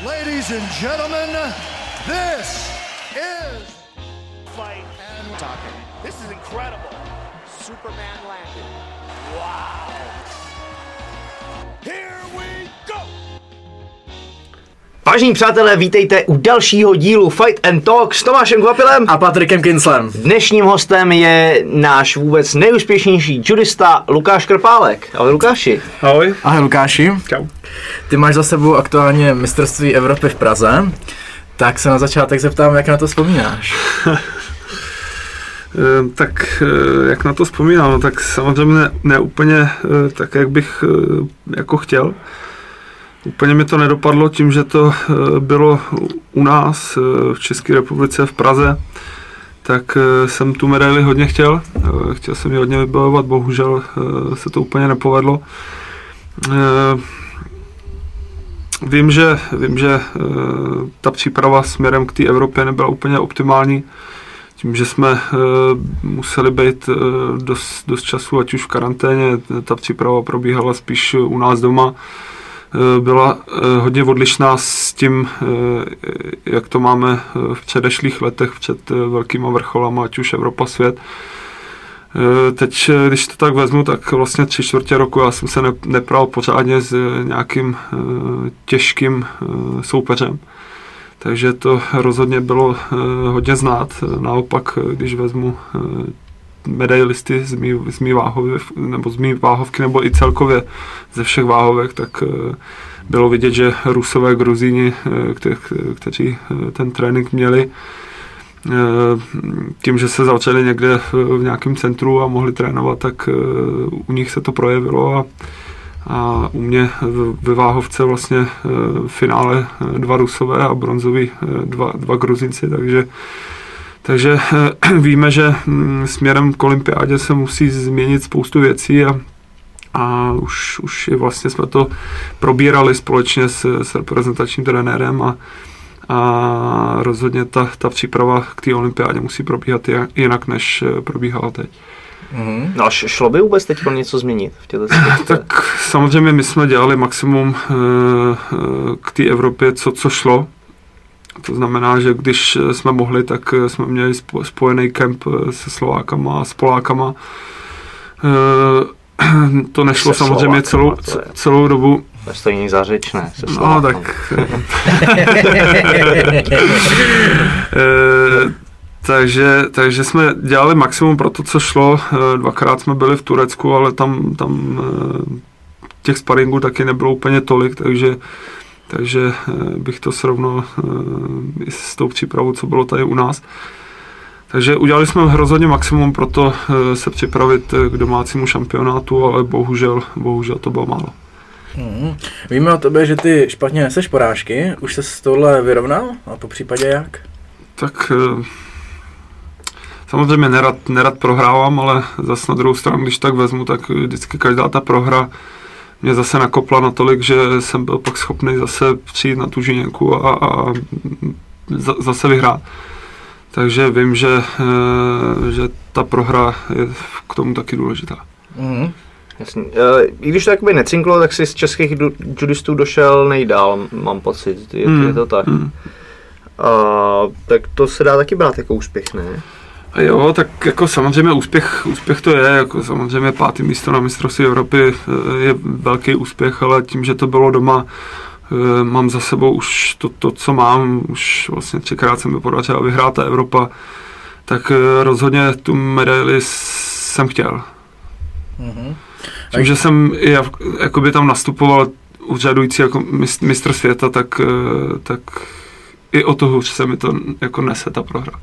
Ladies and gentlemen, this is fight and talking. This is incredible. Superman landed. Wow. Here we go. Vážení přátelé, vítejte u dalšího dílu Fight and Talk s Tomášem Kvapilem a Patrikem Kinslem. Dnešním hostem je náš vůbec nejúspěšnější judista Lukáš Krpálek. Ahoj Lukáši. Ahoj. Ahoj Lukáši. Čau. Ty máš za sebou aktuálně mistrovství Evropy v Praze, tak se na začátek zeptám, jak na to vzpomínáš? Tak jak na to vzpomínám, no, tak samozřejmě ne úplně tak, jak bych jako chtěl. Úplně mi to nedopadlo tím, že to bylo u nás v České republice v Praze, tak jsem tu medaili hodně chtěl. Chtěl jsem ji hodně vybojovat, bohužel se to úplně nepovedlo. Vím, že ta příprava směrem k té Evropě nebyla úplně optimální. Tím, že jsme museli být dost času, ať už v karanténě, ta příprava probíhala spíš u nás doma. Byla hodně odlišná s tím, jak to máme v předešlých letech před velkýma vrcholama, ať už Evropa, svět. Teď, když to tak vezmu, tak vlastně 3/4 roku já jsem se nepral pořádně s nějakým těžkým soupeřem. Takže to rozhodně bylo hodně znát. Naopak, když vezmu medailisty z mý váhovky, nebo i celkově ze všech váhovek, tak bylo vidět, že Rusové, Gruzíni, kteří ten trénink měli, tím, že se zavřeli někde v nějakém centru a mohli trénovat, tak u nich se to projevilo a u mě ve váhovce vlastně v finále 2 Rusové a bronzoví 2 Gruzinci, takže víme, že směrem k olympiádě se musí změnit spoustu věcí a už vlastně jsme to probírali společně s reprezentačním trenérem a rozhodně ta příprava k té olympiádě musí probíhat jinak, než probíhala teď. No a šlo by vůbec teď něco změnit v těchto Tak samozřejmě my jsme dělali maximum k té Evropě, co šlo. To znamená, že když jsme mohli, tak jsme měli spojený kemp se Slovákama a s Polákama. To nešlo samozřejmě celou dobu. To stejný za řeč, ne? No tak... takže jsme dělali maximum pro to, co šlo. 2krát jsme byli v Turecku, ale tam těch sparingů taky nebylo úplně tolik, takže bych to srovnal i s tou přípravou, co bylo tady u nás. Takže udělali jsme rozhodně maximum pro to se připravit k domácímu šampionátu, ale bohužel to bylo málo. Víme o tobě, že ty špatně neseš porážky. Už se s tohle vyrovnal? A po případě jak? Tak samozřejmě nerad prohrávám, ale zase na druhou stranu, když tak vezmu, tak vždycky každá ta prohra mě zase nakopla natolik, že jsem byl pak schopný zase přijít na tu žiněnku a zase vyhrát. Takže vím, že ta prohra je k tomu taky důležitá. Jasně. I když to jakoby necinklo, tak si z českých judistů došel nejdál, mám pocit. Je to tak. Tak to se dá taky brát jako úspěch, ne? Jo, tak jako samozřejmě úspěch to je, jako samozřejmě 5. místo na mistrovství Evropy je velký úspěch, ale tím, že to bylo doma, mám za sebou už to co mám, už vlastně 3krát se mi podařilo vyhrát ta Evropa, tak rozhodně tu medaili jsem chtěl. Tím, že jsem jakoby tam nastupoval úřadující jako mistr světa, tak i o to hůř se mi to jako nese ta prohra.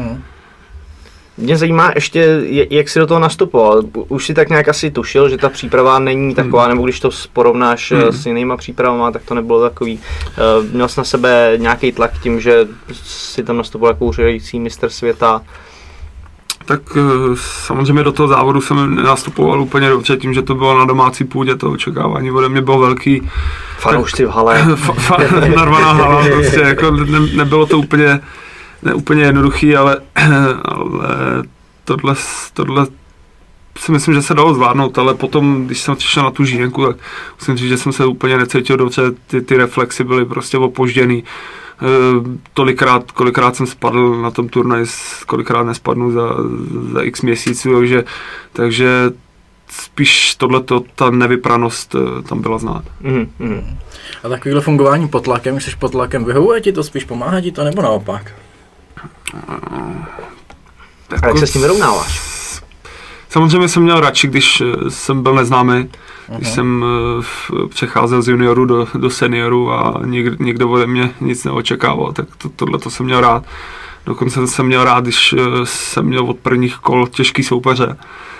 Mě zajímá ještě, jak jsi do toho nastupoval. Už si tak nějak asi tušil, že ta příprava není taková, nebo když to porovnáš s jinýma přípravama, tak to nebylo takový. Měl jsi na sebe nějaký tlak tím, že si tam nastupoval jako úřadující mistr světa? Tak samozřejmě do toho závodu jsem nastupoval úplně dobře, tím, že to bylo na domácí půdě, to očekávání ode mě bylo velký. Fanoušci v hale. Narvaná hala, prostě jako nebylo to úplně jednoduchý, ale tohle si myslím, že se dalo zvládnout, ale potom, když jsem přišel na tu Žíněnku, tak musím říct, že jsem se úplně necítil dobře, ty reflexy byly prostě opožděný. Kolikrát jsem spadl na tom turnaji, kolikrát nespadnu za x měsíců, takže spíš tohleto, ta nevypranost tam byla znát. A takovýhle fungování pod tlakem, když jsi pod tlakem, vyhovuje ti to, spíš pomáhá ti to, nebo naopak? A jak se s tím vyrovnáváš? Samozřejmě jsem měl radši, když jsem byl neznámý, když jsem přecházel z junioru do senioru a někdo ode mě nic neočekával, tak tohleto jsem měl rád. Dokonce jsem měl rád, když jsem měl od prvních kol těžký soupeře.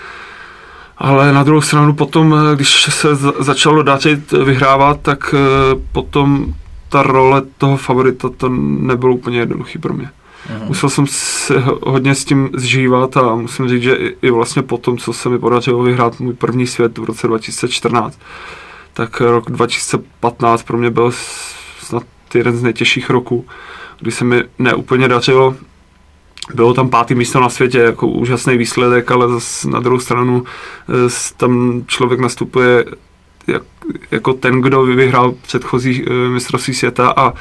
Ale na druhou stranu potom, když se začalo dařit vyhrávat, tak potom ta role toho favorita to nebylo úplně jednoduchý pro mě. Musel jsem se hodně s tím zžívat a musím říct, že i vlastně po tom, co se mi podařilo vyhrát můj první svět v roce 2014, tak rok 2015 pro mě byl snad jeden z nejtěžších roků, kdy se mi neúplně dařilo. Bylo tam 5. místo na světě, jako úžasný výsledek, ale zase na druhou stranu tam člověk nastupuje jako ten, kdo vyhrál předchozí mistrovství světa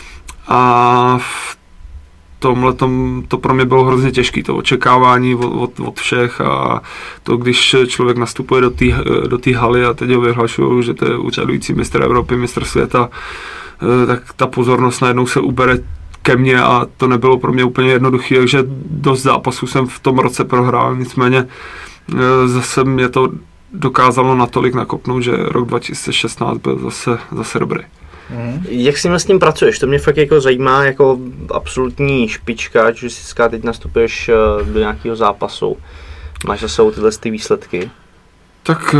a v tomhletom to pro mě bylo hrozně těžké, to očekávání od všech a to, když člověk nastupuje do té haly a teď ho vyhlašují, že to je úřadující mistr Evropy, mistr světa, tak ta pozornost najednou se ubere ke mně a to nebylo pro mě úplně jednoduché, takže dost zápasů jsem v tom roce prohrál, nicméně zase mě to dokázalo natolik nakopnout, že rok 2016 byl zase dobrý. Jak s tím pracuješ? To mě fakt jako zajímá jako absolutní špička, že si teď nastupuješ do nějakého zápasu. Máš za sebou tyhle výsledky? Tak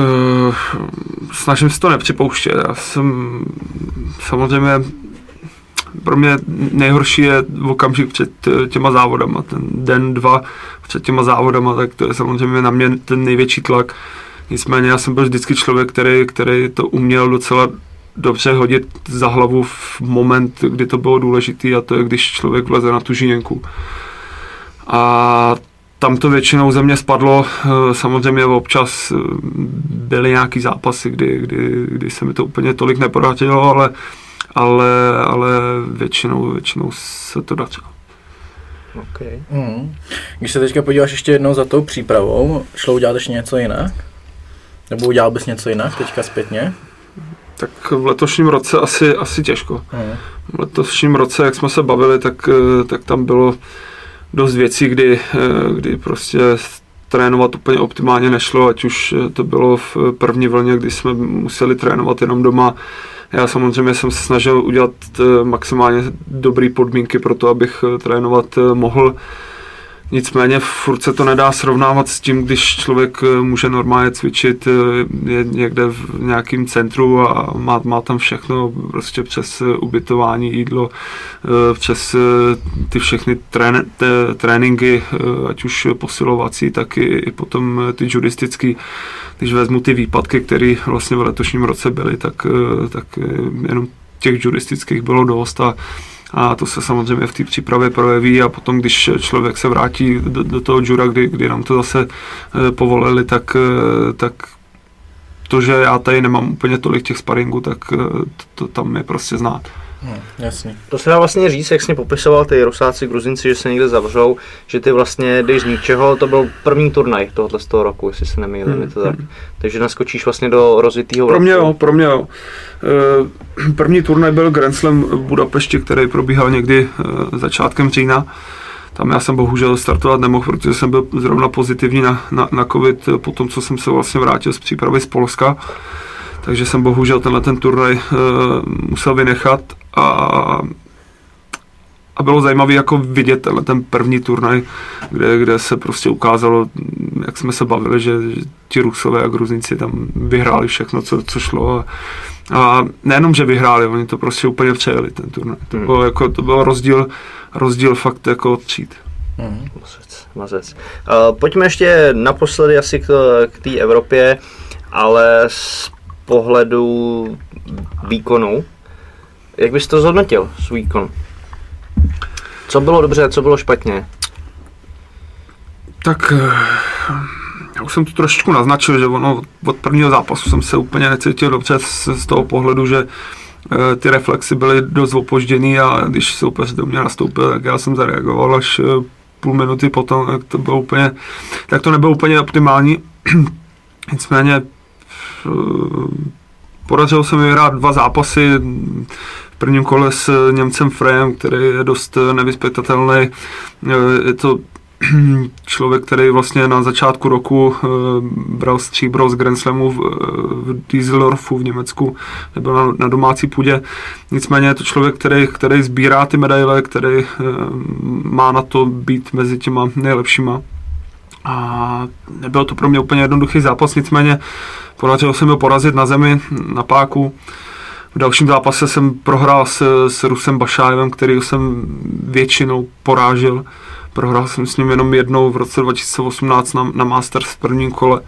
snažím se to nepřipouštět. Já jsem samozřejmě, pro mě nejhorší je okamžik před těma závodama. Ten den, 2 před těma závodama, tak to je samozřejmě na mě ten největší tlak. Nicméně já jsem byl vždycky člověk, který to uměl docela dobře hodit za hlavu v moment, kdy to bylo důležité, a to je, když člověk vleze na tu Žíněnku. A tam to většinou ze mě spadlo, samozřejmě občas byly nějaký zápasy, kdy se mi to úplně tolik nepodařilo, ale většinou se to dařilo. Okay. Když se teďka podíváš ještě jednou za tou přípravou, šlo udělat ještě něco jinak? Nebo udělal bys něco jinak teďka zpětně? Tak v letošním roce asi těžko. V letošním roce, jak jsme se bavili, tak tam bylo dost věcí, kdy prostě trénovat úplně optimálně nešlo, ať už to bylo v první vlně, kdy jsme museli trénovat jenom doma. Já samozřejmě jsem se snažil udělat maximálně dobré podmínky pro to, abych trénovat mohl. Nicméně furt se to nedá srovnávat s tím, když člověk může normálně cvičit někde v nějakém centru a má tam všechno, prostě přes ubytování, jídlo, přes ty všechny tréninky, ať už posilovací, tak i potom ty judistický. Když vezmu ty výpadky, které vlastně v letošním roce byly, tak jenom těch judistických bylo dost a to se samozřejmě v té přípravě projeví a potom, když člověk se vrátí do toho jura, kdy nám to zase povolili, tak to, že já tady nemám úplně tolik těch sparingů, tak to tam je prostě znát. Jasně. To se dá vlastně říct, jak jsi mě popisoval ty Rusáci, Gruzinci, že se někde zavřou, že ty vlastně jdeš z ničeho, to byl první turnaj tohoto z toho roku, jestli se nemýlím, je to tak. Takže naskočíš vlastně do rozvitého vlaku. Pro mě jo. První turnaj byl Grand Slam v Budapešti, který probíhal někdy začátkem října. Tam já jsem bohužel startovat nemohl, protože jsem byl zrovna pozitivní na covid po tom, co jsem se vlastně vrátil z přípravy z Polska. Takže jsem bohužel ten turnaj musel vynechat a bylo zajímavé jako vidět ten první turnaj, kde se prostě ukázalo, jak jsme se bavili, že ti Rusové a Gruzinci tam vyhráli všechno, co šlo a nejenom, že vyhráli, oni to prostě úplně přejeli ten turnaj. To byl rozdíl fakt jako od tříd. Mazec. Pojďme ještě naposledy asi k té Evropě, ale z pohledu výkonu. Jak bys to zhodnotil, svůj výkon? Co bylo dobře, co bylo špatně? Tak já už jsem to trošičku naznačil, že ono od prvního zápasu jsem se úplně necítil dobře z toho pohledu, že ty reflexy byly dost opožděný a když soupeř do mě nastoupil, tak já jsem zareagoval až půl minuty potom, tak to nebylo úplně optimální. Nicméně podařilo se mi vyhrát 2 zápasy. V prvním kole s Němcem Frejem, který je dost nevyzpytatelný. Je to člověk, který vlastně na začátku roku bral stříbro z Grand Slamu v Düsseldorfu v Německu, nebyl na domácí půdě. Nicméně je to člověk, který sbírá ty medaile, který má na to být mezi těma nejlepšíma. A nebyl to pro mě úplně jednoduchý zápas, nicméně podařilo se mi ho porazit na zemi, na páku. V dalším zápase jsem prohrál s Rusem Bašájevem, který jsem většinou porážel. Prohrál jsem s ním jenom jednou v roce 2018 na Masters v prvním kole.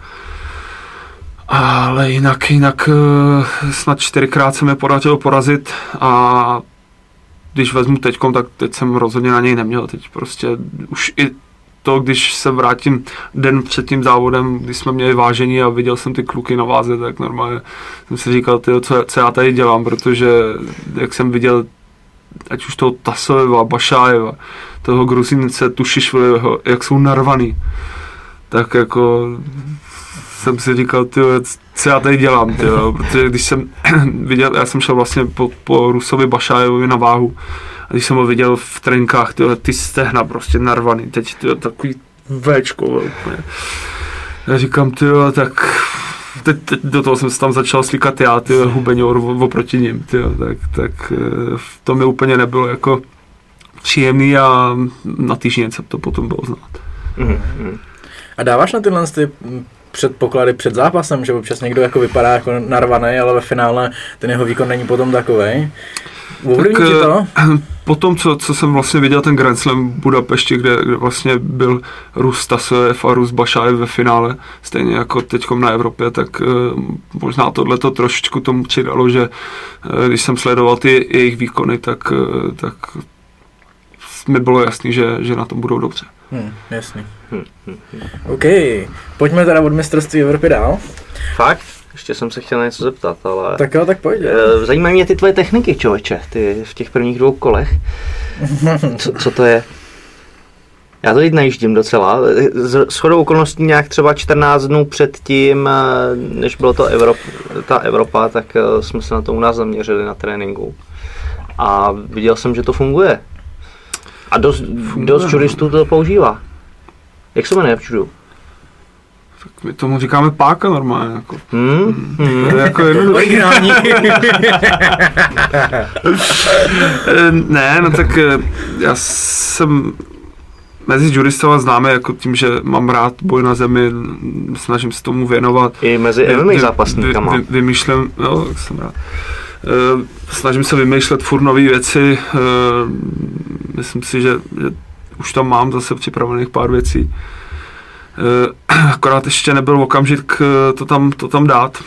Ale jinak snad 4krát se mi podařilo porazit a když vezmu teďkom, tak teď jsem rozhodně na něj neměl. Teď prostě už i to, když se vrátím den před tím závodem, když jsme měli vážení a viděl jsem ty kluky na váze, tak normálně jsem si říkal, co já tady dělám, protože jak jsem viděl ať už toho Tasojeva, Bašájeva, toho Gruzince, Tušišviliho, jak jsou narvaný, tak jako jsem si říkal, co já tady dělám, protože když jsem viděl, já jsem šel vlastně po Rusovi Bašájevovi na váhu a když jsem ho viděl v trenkách, ty stehna prostě narvaný, teď takový véčko úplně. Já říkám, tak teď do toho jsem se tam začal slíkat já, hubeňor oproti nim, tak to mi úplně nebylo jako příjemný a na týžděň se to potom bylo znát. Mm-hmm. A dáváš na tyhle předpoklady před zápasem, že občas někdo jako vypadá jako narvaný, ale ve finále ten jeho výkon není potom takovej? Ovlivní ti to? Potom, co jsem vlastně viděl ten Grand Slam v Budapešti, kde vlastně byl Rus Tasojev a Rus Bašájev ve finále, stejně jako teďkom na Evropě, tak možná tohleto trošičku tomu přidalo, že když jsem sledoval ty jejich výkony, tak mi bylo jasný, že na tom budou dobře. Jasný. OK, pojďme teda od mistrovství Evropy dál. Fakt? Ještě jsem se chtěl na něco zeptat, ale... Tak jo, tak pojď. Zajímají mě ty tvoje techniky, člověče, ty v těch prvních 2 kolech. Co to je? Já to teď najíždím docela. Shodou okolností nějak třeba 14 dnů před tím, než bylo to ta Evropa, tak jsme se na to u nás zaměřili na tréninku. A viděl jsem, že to funguje. A dost judistů to používá. Jak se jmenuje v judu? Tak my tomu říkáme páka normálně. Jako. Jako originální. Ne, no tak já jsem mezi judistama známe jako tím, že mám rád boj na zemi, snažím se tomu věnovat. I mezi MMA zápasníkama. Vymýšlím, jo, tak jsem rád. Snažím se vymýšlet furt nové věci. Myslím si, že už tam mám zase připravených pár věcí. Akorát ještě nebyl okamžik to tam dát.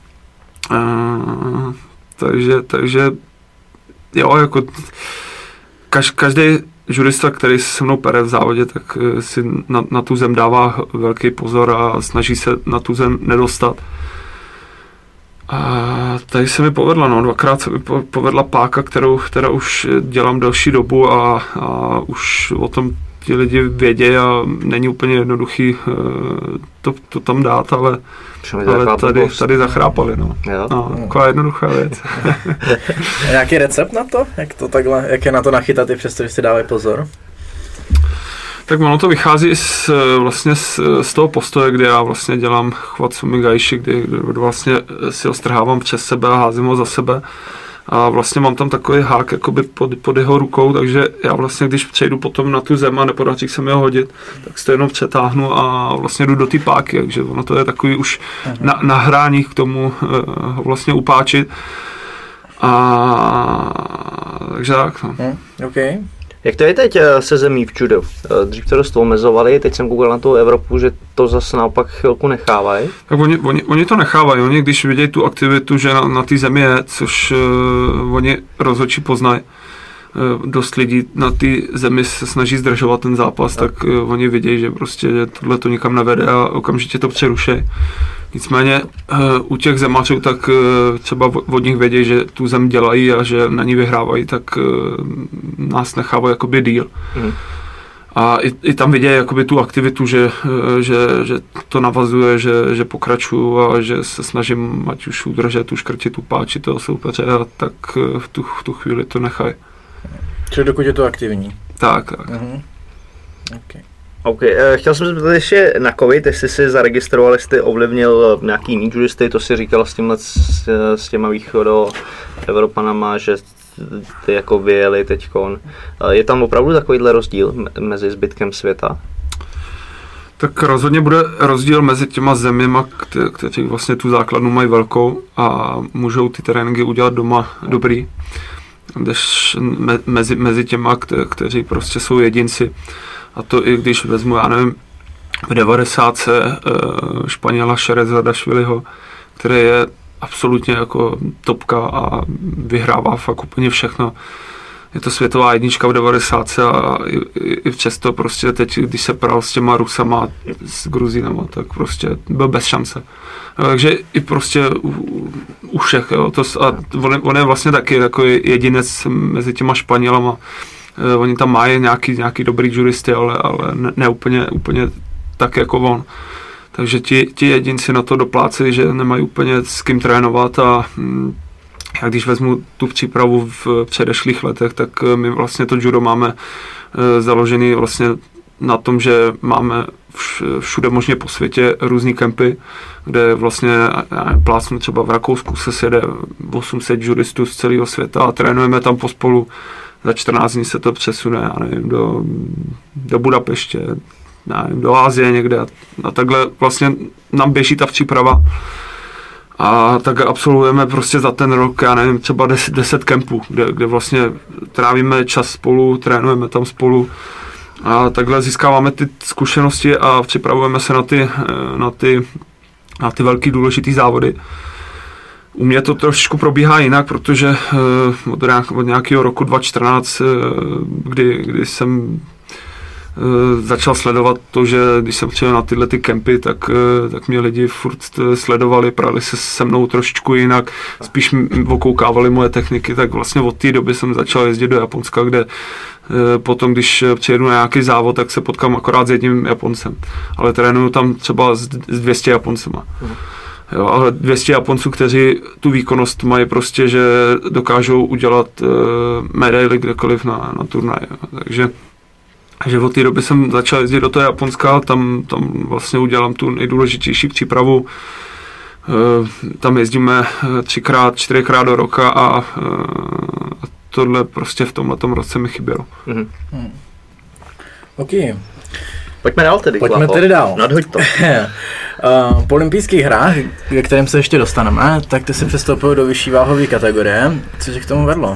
Takže jo, jako každý jurista, který se mnou pere v závodě, tak si na tu zem dává velký pozor a snaží se na tu zem nedostat. A tady se mi povedla, 2krát se mi povedla páka, kterou už dělám delší dobu a už o tom ti lidi vědějí a není úplně jednoduchý to tam dát, ale tady zachrápali, taková jednoduchá věc. A nějaký recept na to? Jak je na to nachytat i přesto, že si dávají pozor? Tak ono to vychází vlastně z toho postoje, kde já vlastně dělám chvat sumigaishi, kdy vlastně si ho strhávám přes sebe a házím ho za sebe. A vlastně mám tam takový hák jakoby pod jeho rukou, takže já vlastně, když přejdu potom na tu zem a nepodaří se mi ho hodit, tak si to jenom přetáhnu a vlastně jdu do té páky, takže ono to je takový už na hrání k tomu ho vlastně upáčit. Takže tak, no. Okay. Jak to je teď se zemí v judu? Dřív to dost omezovali, teď jsem koukal na tu Evropu, že to zase naopak chvilku nechávají. Tak oni to nechávají, oni když vidějí tu aktivitu, že na té zemi je, což oni rozhodčí poznají, dost lidí na té zemi se snaží zdržovat ten zápas, tak oni vidějí, že prostě tohle to nikam nevede a okamžitě to přeruší. Nicméně u těch zemařů tak třeba od nich vědějí, že tu zem dělají a že na ní vyhrávají, tak nás nechávají jakoby díl. A i tam vidějí jakoby tu aktivitu, že to navazuje, že pokračuju a že se snažím ať už udržet, uškrtit, upáčit toho soupeře, a tak v tu chvíli to nechají. Čili dokud je to aktivní. Tak. OK, chtěl jsem se zeptat ještě na covid, jestli jsi zaregistroval, jestli jsi ovlivnil nějaký jiný judisty, to si říkal s těma východo Evropanama, že ty jako vyjeli teďkon. Je tam opravdu takovýhle rozdíl mezi zbytkem světa? Tak rozhodně bude rozdíl mezi těma zeměma, kteří vlastně tu základnu mají velkou a můžou ty tréninky udělat doma dobrý. Mezi těma, kteří prostě jsou jedinci. A to i když vezmu, já nevím, v 90. Španěla Šereza Dašviliho, který je absolutně jako topka a vyhrává fakt úplně všechno. Je to světová jednička v 90. a i přesto prostě teď, když se pral s těma Rusama, s Gruzinama, tak prostě byl bez šance. Takže i prostě u všech, jo, on je vlastně taky takový jedinec mezi těma Španělama. Oni tam mají nějaký dobrý juristy, ale ne úplně tak jako on. Takže ti jedinci na to doplácejí, že nemají úplně s kým trénovat a já když vezmu tu přípravu v předešlých letech, tak my vlastně to judo máme založený vlastně na tom, že máme všude možně po světě různý kempy, kde vlastně plácnu třeba v Rakousku se sjede 800 judistů z celého světa a trénujeme tam pospolu. Za 14 dní se to přesune, já nevím, do Budapeště, nevím, do Asie někde a takhle vlastně nám běží ta příprava a tak absolvujeme prostě za ten rok, já nevím, třeba 10 kempů, kde vlastně trávíme čas spolu, trénujeme tam spolu a takhle získáváme ty zkušenosti a připravujeme se na ty velký důležitý závody. U mě to trošku probíhá jinak, protože od nějakého roku 2014, kdy jsem začal sledovat to, že když jsem přijel na tyhle ty kempy, tak mě lidi furt sledovali, prali se se mnou trošičku jinak, spíš okoukávali moje techniky, tak vlastně od té doby jsem začal jezdit do Japonska, kde potom, když přijedu na nějaký závod, tak se potkám akorát s jedním Japoncem, ale trénuju tam třeba s 200 Japoncema. Jo, ale 200 Japonců, kteří tu výkonnost mají prostě, že dokážou udělat medaily kdekoliv na turnaje. Takže od té doby jsem začal jezdit do toho Japonska, tam vlastně udělám tu nejdůležitější přípravu. Tam jezdíme 3x, 4x do roka a tohle prostě v tomhletom roce mi chybělo. OK. Pojďme dál tedy. Pojďme tedy dál. Nadhoď to. Po olympijských hrách, ke kterým se ještě dostaneme, tak ty si přestoupil do vyšší váhové kategorie. Co tě k tomu vedlo?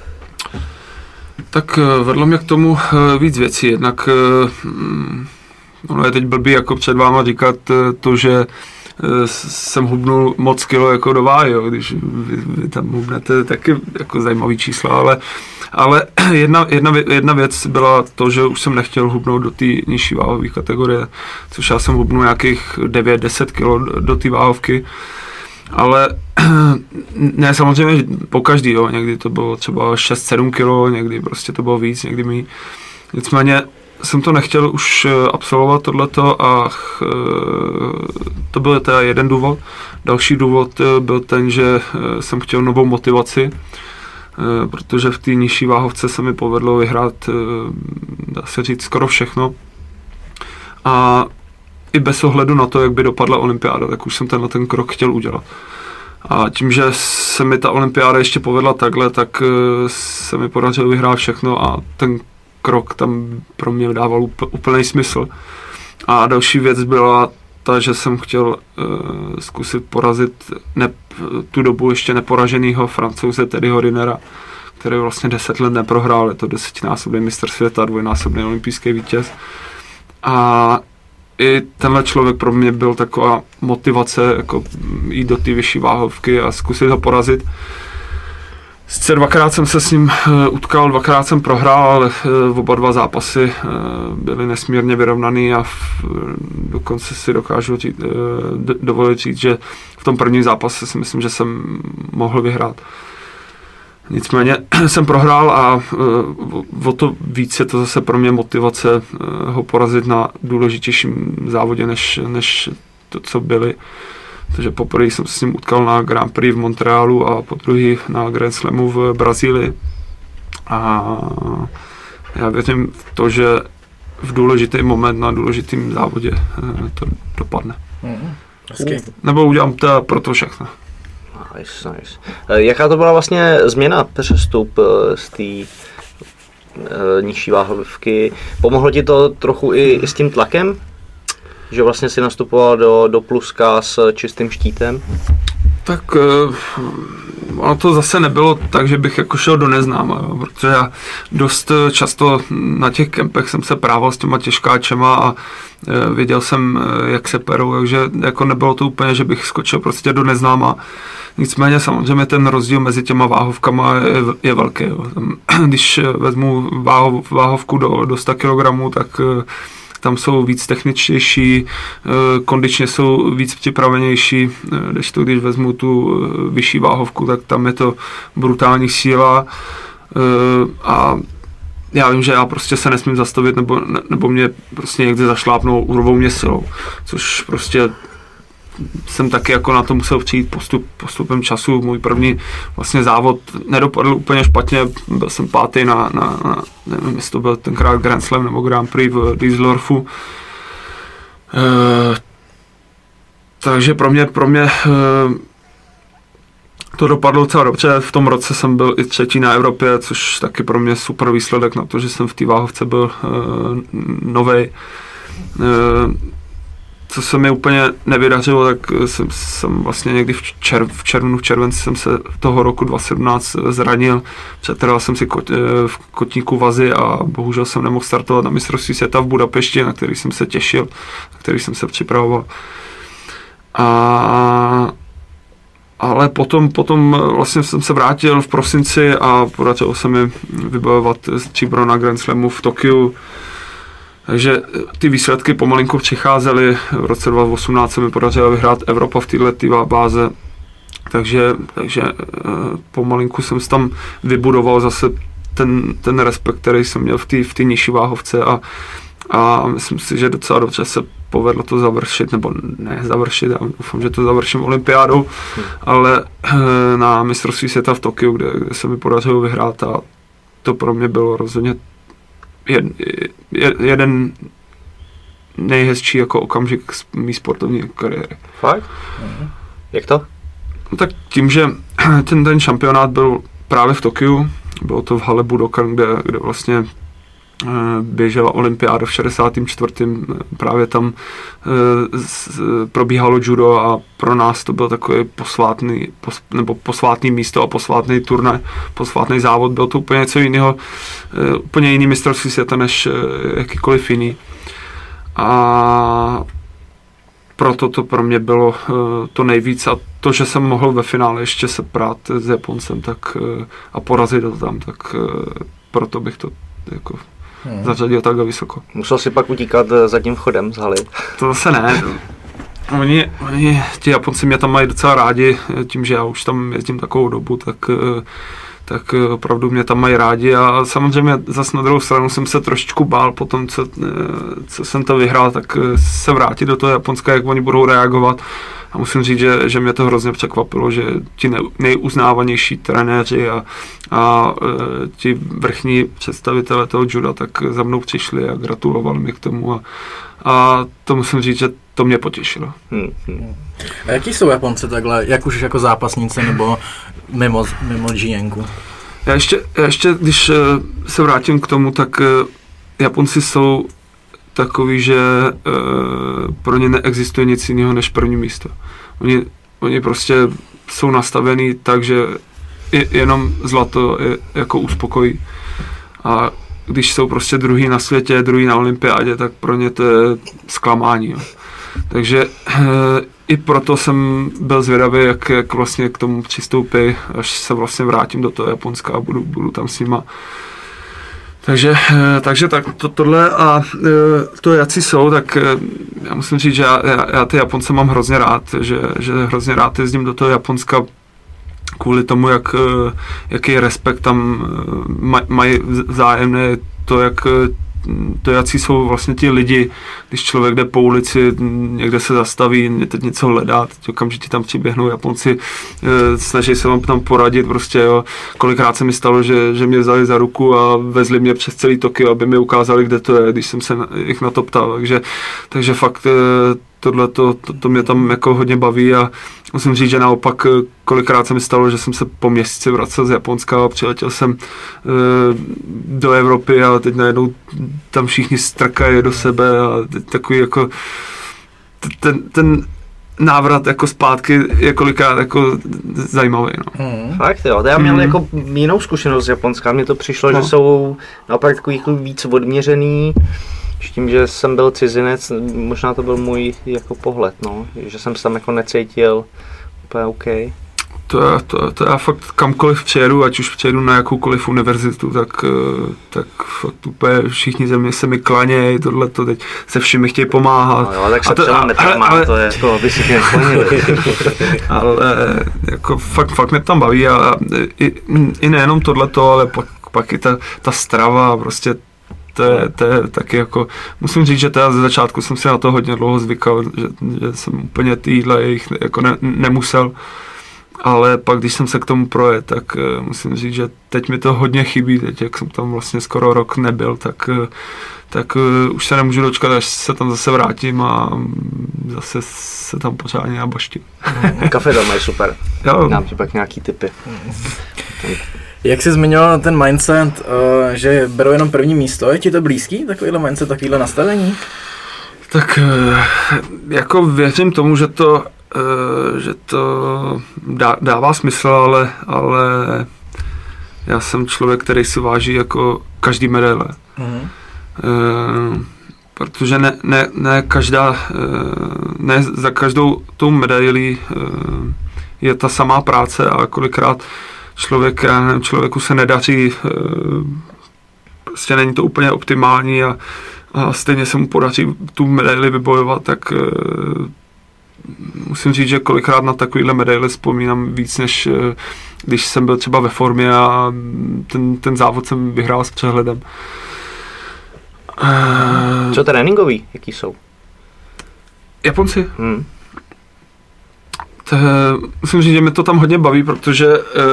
Tak vedlo mě k tomu víc věcí. Jednak ono je teď blbý jako před váma říkat to, že jsem hubnul moc kilo jako do váhy, jo, když vy tam hubnete taky jako zajímavý čísla, ale jedna věc byla to, že už jsem nechtěl hubnout do té nižší váhové kategorie, což já jsem hubnul nějakých 9-10 kilo do té váhovky, ale ne samozřejmě po každý, jo, někdy to bylo třeba 6-7 kilo, někdy prostě to bylo víc, někdy méně. Nicméně jsem to nechtěl už absolvovat tohleto a to byl teda jeden důvod. Další důvod byl ten, že jsem chtěl novou motivaci, protože v té nižší váhovce se mi povedlo vyhrát, dá se říct, skoro všechno. A i bez ohledu na to, jak by dopadla olympiáda, tak už jsem ten krok chtěl udělat. A tím, že se mi ta olympiáda ještě povedla takhle, tak se mi podařilo vyhrát všechno a ten krok tam pro mě dával úplný smysl. A další věc byla ta, že jsem chtěl zkusit porazit tu dobu ještě neporaženého Francouze Teddyho Rinera, který vlastně 10 let neprohrál, je to 10násobný mistr světa, 2násobný olympijský vítěz. A i tenhle člověk pro mě byl taková motivace jako jít do té vyšší váhovky a zkusit ho porazit. S Sice dvakrát jsem se s ním utkal, dvakrát jsem prohrál, ale oba dva zápasy byly nesmírně vyrovnaný a dokonce si dokážu dovolit říct, že v tom prvním zápase si myslím, že jsem mohl vyhrát. Nicméně jsem prohrál a o to víc je to zase pro mě motivace ho porazit na důležitějším závodě, než to, co byly. Takže poprvé jsem se s ním utkal na Grand Prix v Montrealu a po druhý na Grand Slamu v Brazílii. A já věřím v to, že v důležitý moment na důležitým závodě to dopadne. Nebo udělám to pro to všechno. Nice. Jaká to byla vlastně změna, přestup z té nižší váhovky? Pomohlo ti to trochu i s tím tlakem? Že vlastně si nastupoval do pluska s čistým štítem? Tak ono to zase nebylo tak, že bych jako šel do neznáma, jo, protože já dost často na těch kempech jsem se prával s těma těžkáčema a viděl jsem, jak se perou, takže jako nebylo to úplně, že bych skočil prostě do neznáma. Nicméně samozřejmě ten rozdíl mezi těma váhovkama je velký. Jo. Když vezmu váhovku do 100 kg, tak tam jsou víc techničtější, kondičně jsou víc připravenější, když vezmu tu vyšší váhovku, tak tam je to brutální síla a já vím, že já prostě se nesmím zastavit nebo mě prostě někde zašlápnou, urvou mě silou, což prostě jsem taky jako na to musel přijít postupem času. Můj první vlastně závod nedopadl úplně špatně, byl jsem pátý na nevím, jestli to byl tenkrát Grand Slam nebo Grand Prix v Düsseldorfu. Takže pro mě to dopadlo docela dobře. V tom roce jsem byl i třetí na Evropě, což taky pro mě super výsledek na to, že jsem v té váhovce byl novej. Co se mi úplně nevydařilo, tak jsem vlastně někdy v červenci jsem se toho roku 2017 zranil. Přetrhal jsem si v kotníku vazy a bohužel jsem nemohl startovat na mistrovství světa v Budapešti, na který jsem se těšil, na který jsem se připravoval. Ale potom vlastně jsem se vrátil v prosinci a podařilo se mi vybojovat stříbro na Grand Slamu v Tokiu. Takže ty výsledky pomalinku přicházely. V roce 2018 se mi podařilo vyhrát Evropa v této báze. Takže pomalinku jsem si tam vybudoval zase ten respekt, který jsem měl v té nižší váhovce a myslím si, že docela dobře se povedlo to završit, nebo ne završit, já doufám, že to završím olympiádou, ale na mistrovství světa v Tokiu, kde se mi podařilo vyhrát a to pro mě bylo rozhodně jeden nejhezčí jako okamžik z mý sportovní kariéry. Fakt? Jak to? No tak tím, že ten šampionát byl právě v Tokiu, bylo to v hale Budokan, kde vlastně běžela olympiáda v 64. Právě tam probíhalo judo a pro nás to byl takový posvátný místo a posvátný turnaj, posvátný závod. Byl to úplně něco jiného, úplně jiný mistrovství světa než jakýkoliv jiný. A proto to pro mě bylo to nejvíc a to, že jsem mohl ve finále ještě se prát s Japoncem a porazit ho tam, tak proto bych to jako zařadil takhle vysoko. Musel si pak utíkat za tím vchodem z haly. To zase ne. Oni ti Japonci mě tam mají docela rádi, tím, že já už tam jezdím takovou dobu, tak opravdu mě tam mají rádi a samozřejmě zase na druhou stranu jsem se trošičku bál po tom, co jsem to vyhrál, tak se vrátit do toho Japonska, jak oni budou reagovat. A musím říct, že mě to hrozně překvapilo, že ti nejuznávanější trenéři a ti vrchní představitelé toho juda tak za mnou přišli a gratulovali mi k tomu a to musím říct, že to mě potěšilo. A jaký jsou Japonci takhle, jak už jako zápasníci nebo mimo Jienku? Já ještě, když se vrátím k tomu, tak Japonci jsou takový, že pro ně neexistuje nic jiného než první místo. Oni prostě jsou nastavený tak, že jenom zlato je jako uspokojí. A když jsou prostě druhý na světě, druhý na olympiádě, tak pro ně to je zklamání. Jo. Takže i proto jsem byl zvědavý, jak vlastně k tomu přistoupí, až se vlastně vrátím do toho Japonska a budu tam s nima. Takže tak tohle a to, jací jsou, tak já musím říct, že já ty Japonce mám hrozně rád, že hrozně rád jezdím do toho Japonska kvůli tomu, jaký respekt tam mají vzájemné, to, jací jsou vlastně ti lidi, když člověk jde po ulici, někde se zastaví, teď něco hledá, teď okamžitě tam přiběhnou Japonci, snaží se vám tam poradit, prostě jo. Kolikrát se mi stalo, že mě vzali za ruku a vezli mě přes celý Tokio, aby mi ukázali, kde to je, když jsem se jich na to ptal, takže fakt tohle to mě tam jako hodně baví a musím říct, že naopak kolikrát se mi stalo, že jsem se po měsíci vracel z Japonska a přiletěl jsem do Evropy a teď najednou tam všichni strkají do sebe a takový jako ten návrat jako zpátky je kolikrát jako zajímavý. No. Fakt jo, já měl jako jinou zkušenost z Japonska, mně to přišlo, že jsou naopak takový víc odměřený. S tím, že jsem byl cizinec, možná to byl můj jako pohled, no, že jsem se tam jako necítil úplně OK. To já fakt kamkoliv přijedu, ať už přijedu na jakoukoliv univerzitu, tak fakt úplně všichni ze mě se mi klanějí, tohleto, teď se všemi chtějí pomáhat. No jo, tak se třeba nepomáhá, to je jako, aby si neklanili. Ale jako fakt mě tam baví a i nejenom tohleto, ale pak i ta strava, prostě to je taky jako, musím říct, že teda ze začátku jsem si na to hodně dlouho zvykal, že jsem úplně ty jídla jejich jako nemusel, ale pak když jsem se k tomu projet, tak musím říct, že teď mi to hodně chybí, teď jak jsem tam vlastně skoro rok nebyl, tak už se nemůžu dočkat, až se tam zase vrátím a zase se tam pořádně nabaštím. Kafe doma je super, dám ti pak nějaký tipy. Jak jsi zmiňoval ten mindset, že berou jenom první místo, je ti to blízký, takovýhle mindset, takovýhle nastavení? Tak jako věřím tomu, že to dává smysl, ale já jsem člověk, který si váží jako každý medaile. Protože ne za každou tou medailí je ta samá práce a kolikrát člověku se nedaří, prostě není to úplně optimální a stejně se mu podaří tu medaili vybojovat, tak musím říct, že kolikrát na takovýhle medaile vzpomínám víc, než když jsem byl třeba ve formě a ten závod jsem vyhrál s přehledem. Co tréninkový, jaký jsou? Japonci? Musím říct, že mě to tam hodně baví, protože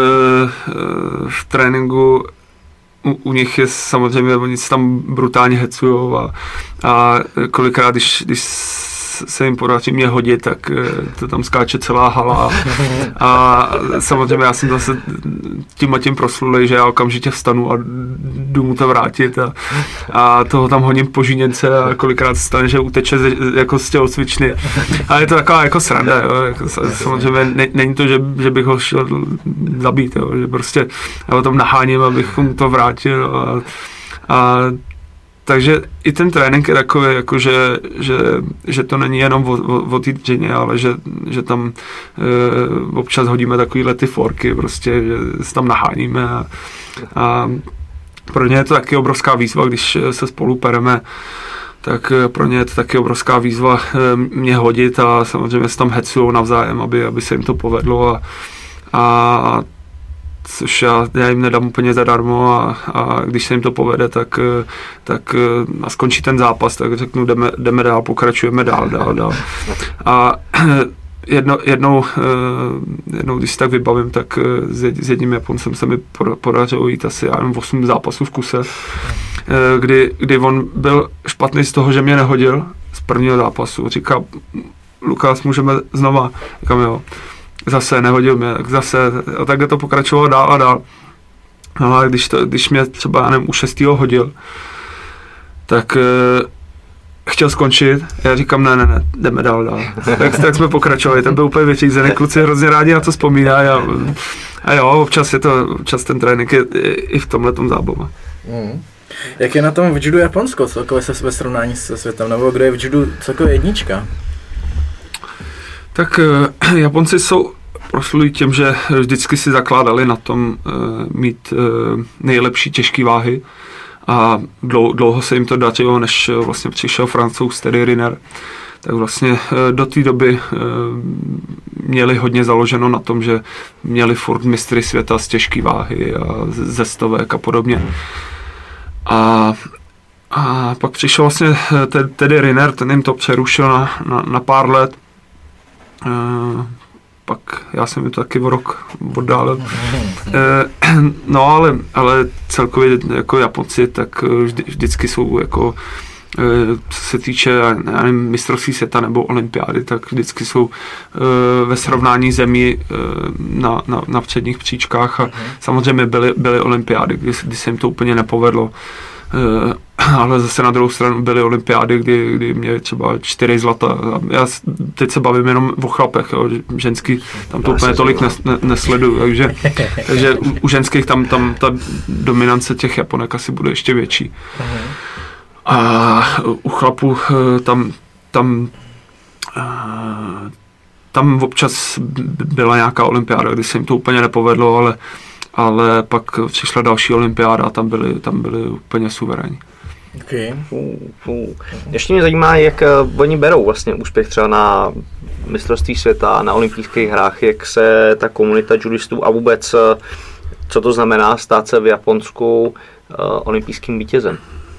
v tréninku u nich je samozřejmě, oni se tam brutálně hecujou a kolikrát, když se jim podaří mě hodit, tak to tam skáče celá hala a samozřejmě já jsem zase tím proslulej, že já okamžitě vstanu a jdu mu to vrátit a toho tam hodím po žíněnce a kolikrát se stane, že uteče jako z tělocvičny a je to taková jako sranda, jo. Jako, samozřejmě není to, že bych ho šel zabít, jo. Že prostě já ho tam naháním, abych mu to vrátil a takže i ten trénink je takový, jako že to není jenom o té dřině, ale že tam občas hodíme takovýhle ty forky, prostě, že se tam naháníme a pro ně je to taky obrovská výzva, když se spolu pereme, tak pro ně je to taky obrovská výzva mě hodit a samozřejmě se tam hecujou navzájem, aby se jim to povedlo a což já jim nedám úplně zadarmo a když se jim to povede, tak a skončí ten zápas, tak řeknu, jdeme dál, pokračujeme dál. A jednou, když si tak vybavím, tak s jedním Japoncem se mi podařilo jít asi 8 zápasů v kuse, kdy on byl špatný z toho, že mě nehodil z prvního zápasu. Říká, Lukáš, můžeme znova? Říkám, jo. Zase nehodil mě, tak zase, a takhle to pokračovalo dál a dál. No a když mě třeba, já nevím, u 6. hodil, tak chtěl skončit, já říkám, ne, jdeme dál. tak jsme pokračovali, ten byl úplně vyřízený, kluci hrozně rádi na to vzpomínají a jo, občas ten trénink je i v tomhletom zábava. Jak je na tom v judu Japonsko celkově ve srovnání se světem, nebo kdo je v judu celkově jednička? Tak Japonci jsou proslulí tím, že vždycky si zakládali na tom mít nejlepší těžké váhy a dlouho se jim to dařilo, než vlastně přišel Francouz Teddy Riner. Tak vlastně do té doby měli hodně založeno na tom, že měli furt mistry světa z těžké váhy a ze stovek a podobně. A pak přišel vlastně Teddy Riner, ten jim to přerušil na pár let. Pak já jsem mi to taky o rok oddálil. No ale celkově jako Japonci, tak vždycky jsou jako, co se týče mistrovství světa nebo olympiády, tak vždycky jsou ve srovnání zemí na předních příčkách a samozřejmě byly olympiády, kdy se jim to úplně nepovedlo. Ale zase na druhou stranu byly olympiády, kdy měli třeba 4 zlata. Já teď se bavím jenom o chlapech, jo. Ženský tam to úplně tolik nesleduju, takže u ženských tam ta dominance těch Japonek asi bude ještě větší. A u chlapů tam občas byla nějaká olympiáda, kdy se jim to úplně nepovedlo, ale pak přišla další olympiáda a tam byli úplně suverénní. Okay. Ještě mě zajímá, jak oni berou vlastně úspěch třeba na mistrovství světa, na olympijských hrách, jak se ta komunita judistů a vůbec, co to znamená stát se v Japonsku olympijským vítězem.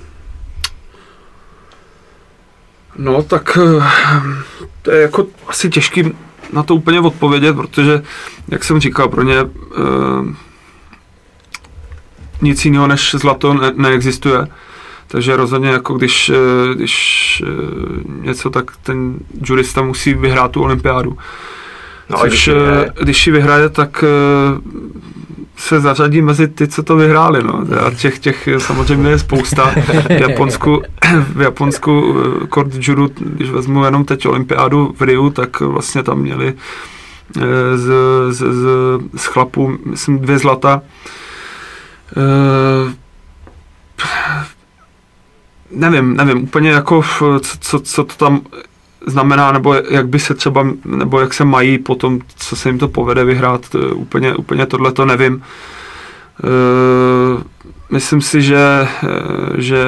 No tak to je jako asi těžký na to úplně odpovědět, protože, jak jsem říkal, pro ně nic jiného než zlato neexistuje. Takže rozhodně, jako když něco, tak ten judista musí vyhrát tu olympiádu. No, když ji vyhraje, tak se zařadí mezi ty, co to vyhráli. No. A těch samozřejmě je spousta. V Japonsku kort judu, když vezmu jenom teď olympiádu v Riu, tak vlastně tam měli z chlapů, myslím, 2 zlata. Nevím, úplně jako, co to tam znamená, nebo jak by se třeba, nebo jak se mají potom, co se jim to povede vyhrát, úplně tohle to nevím. Myslím si, že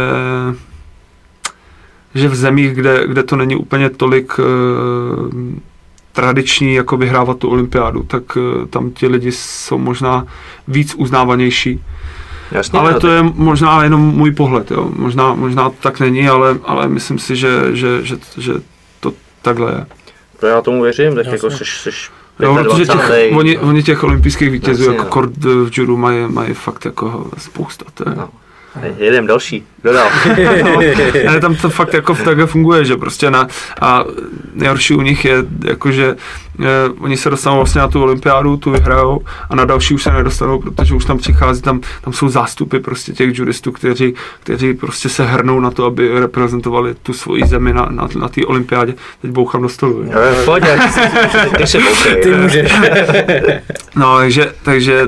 v zemích, kde to není úplně tolik tradiční, jako vyhrávat tu olympiádu, tak tam ti lidi jsou možná víc uznávanější. Jasně, ale to je možná jenom můj pohled, jo. Možná to tak není, ale myslím si, že to takhle je. To já tomu věřím, tak jako seš jo, protože oni těch olympijských vítězů jako kort v judu mají fakt jako spousta. No. Jedem další, dodal. Ne, tam to fakt jako takhle funguje, že prostě a nejhorší u nich je jako, že oni se dostanou vlastně na tu olympiádu, tu vyhrajou a na další už se nedostanou, protože už tam přichází, tam jsou zástupy prostě těch judistů, kteří prostě se hrnou na to, aby reprezentovali tu svoji zemi na té olympiádě. Teď bouchám do stolu. Pojď, ty se bouchej. Ty můžeš. No, takže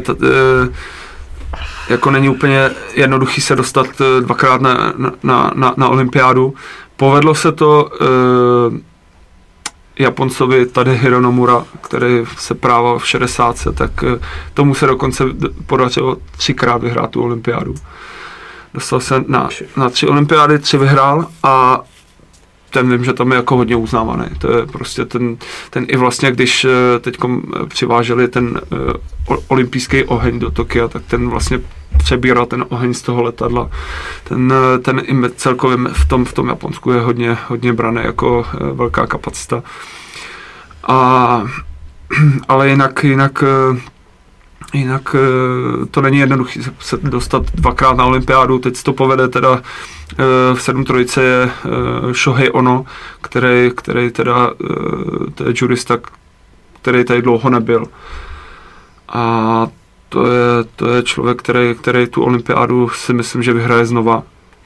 jako není úplně jednoduchý se dostat 2krát na olympiádu. Povedlo se to Japoncovi Tadehiro Nomura, který se prával v 60, tak tomu se dokonce podařilo 3krát vyhrát tu olympiádu. Dostal se na 3 olympiády, 3 vyhrál a ten vím, že tam je jako hodně uznávaný. To je prostě ten i vlastně, když teď přiváželi ten olympijský oheň do Tokia, tak ten vlastně přebíral ten oheň z toho letadla. Ten i celkově v tom Japonsku je hodně braný jako velká kapacita. Ale jinak to není jednoduché se dostat 2krát na olympiádu. Teď to povede teda v 7-3 je Shohei Ono, který teda to je jurista, který tady dlouho nebyl. A to je člověk, který tu olympiádu si myslím, že vyhraje znova.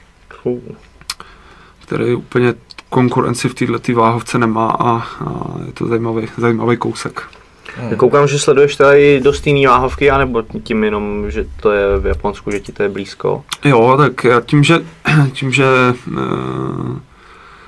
Který úplně konkurenci v této váhovce nemá a je to zajímavý kousek. Koukám, že sleduješ tady dost jiný váhovky, anebo tím jenom, že to je v Japonsku, že ti to je blízko? Jo, tak já tím, že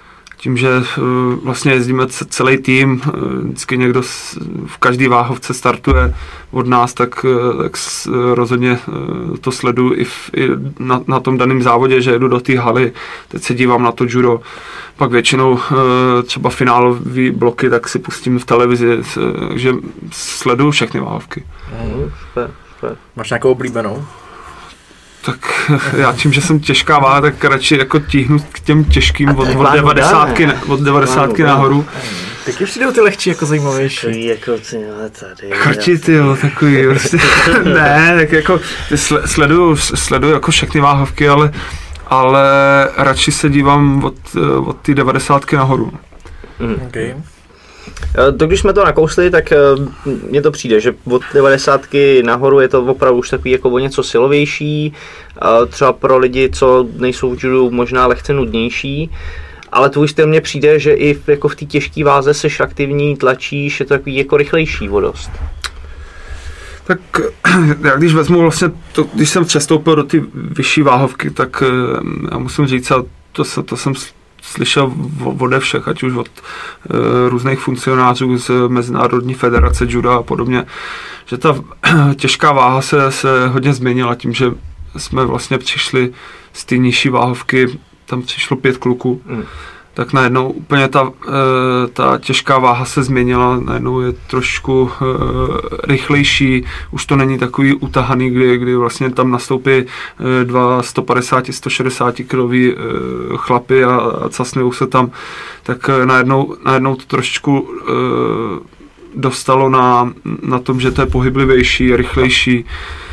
tím, že vlastně jezdíme celý tým, vždycky někdo v každé váhovce startuje od nás, tak rozhodně to sleduju i na tom daném závodě, že jedu do té haly, teď se dívám na to judo, pak většinou třeba finálové bloky, tak si pustím v televizi, takže sleduju všechny váhovky. Super. Máš nějakou oblíbenou? Tak já tím, že jsem těžká váha, tak radši jako tíhnu k těm těžkým od 90 nahoru. Taky přijdou ty lehčí jako zajímavější. Takový jako tady. Chrti, tyjo, takový prostě. Ne, tak jako sleduju jako všechny váhovky, ale radši se dívám od ty 90 nahoru. Okay. To když jsme to nakousli, tak mně to přijde, že od 90 nahoru je to opravdu už takový jako o něco silovější, třeba pro lidi, co nejsou v judu, možná lehce nudnější, ale tvůj styl mně přijde, že i jako v té těžké váze seš aktivní, tlačíš, je to takový jako rychlejší vodost. Tak já když vezmu vlastně, když jsem přestoupil do ty vyšší váhovky, tak já musím říct, a to jsem slyšel ode všech, ať už od různých funkcionářů z Mezinárodní federace juda a podobně, že ta těžká váha se hodně změnila tím, že jsme vlastně přišli z té nižší váhovky, tam přišlo 5 kluků, tak najednou úplně ta těžká váha se změnila, najednou je trošku rychlejší, už to není takový utahaný, kdy vlastně tam nastoupí 2 150-160 kilový chlapy a casnujou se tam, tak najednou to trošku dostalo na tom, že to je pohyblivější, rychlejší,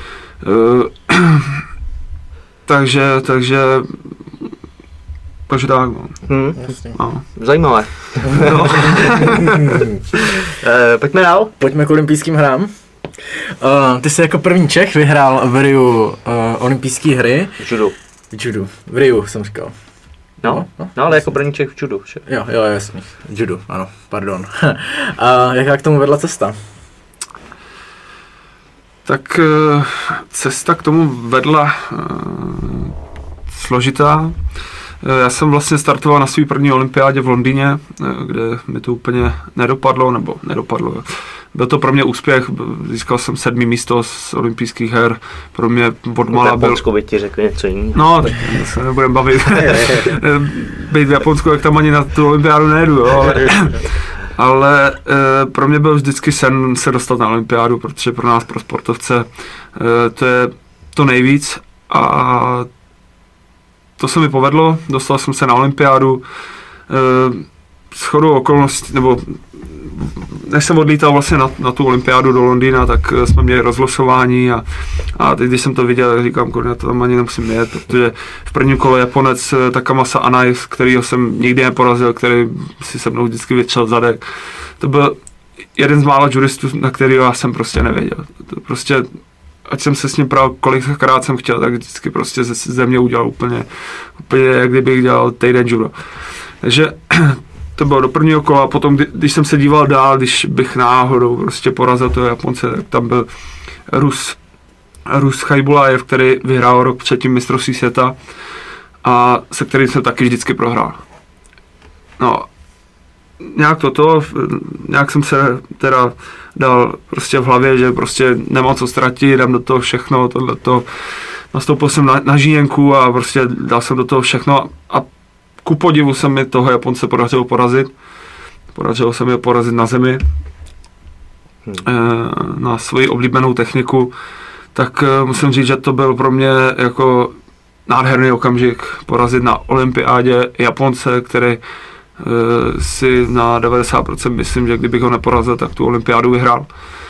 takže tak, no. No. Zajímavé. No. Pojďme dál. Pojďme k olympijským hrám. Ty jsi jako první Čech vyhrál v Riu olympijské hry. Judu. V Riu jsem říkal. No, ale jako první Čech v judu. Jo, jasně. Judu, ano, pardon. A jaká k tomu vedla cesta? Tak cesta k tomu vedla složitá. Já jsem vlastně startoval na své první olympiádě v Londýně, kde mi to úplně nedopadlo. Byl to pro mě úspěch, získal jsem 7. místo z olympijských her, pro mě odmala byl... Japonsko by ti řekl něco jiného. No, tak se nebudem bavit. Být v Japonsku, jak tam ani na tu olympiádu nejedu, jo, ale pro mě byl vždycky sen se dostat na olympiádu, protože pro nás, pro sportovce, to je to nejvíc a to se mi povedlo, dostal jsem se na olympiádu, shodou okolností, nebo než jsem odlítal vlastně na tu olympiádu do Londýna, tak jsme měli rozlosování a teď, když jsem to viděl, říkám, kurňa, to tam ani nemusím jet, protože v prvním kole Japonec Takamasa Anai, kterýho jsem nikdy neporazil, který si se mnou vždycky většel zadek, to byl jeden z mála judistů, na kterého já jsem prostě nevěděl. To prostě, ať jsem se s ním pral, kolikrát jsem chtěl, tak vždycky prostě ze mě udělal úplně jak kdybych dělal týden judo. Takže to bylo do prvního kola, potom když jsem se díval dál, když bych náhodou prostě porazil toho Japonce, tak tam byl Rus Chaibulajev, který vyhrál rok předtím mistrovství světa a se kterým jsem taky vždycky prohrál. No, nějak jsem se teda dal prostě v hlavě, že prostě nemám co ztratit, dám do toho všechno, tohleto. Nastoupil jsem na žíněnku a prostě dal jsem do toho všechno a ku podivu se mi toho Japonce podařilo porazit. Podařilo se mi porazit na zemi na svoji oblíbenou techniku. Tak musím říct, že to byl pro mě jako nádherný okamžik porazit na olympiádě Japonce, který si na 90% myslím, že kdybych ho neporazil, tak tu olympiádu vyhrál.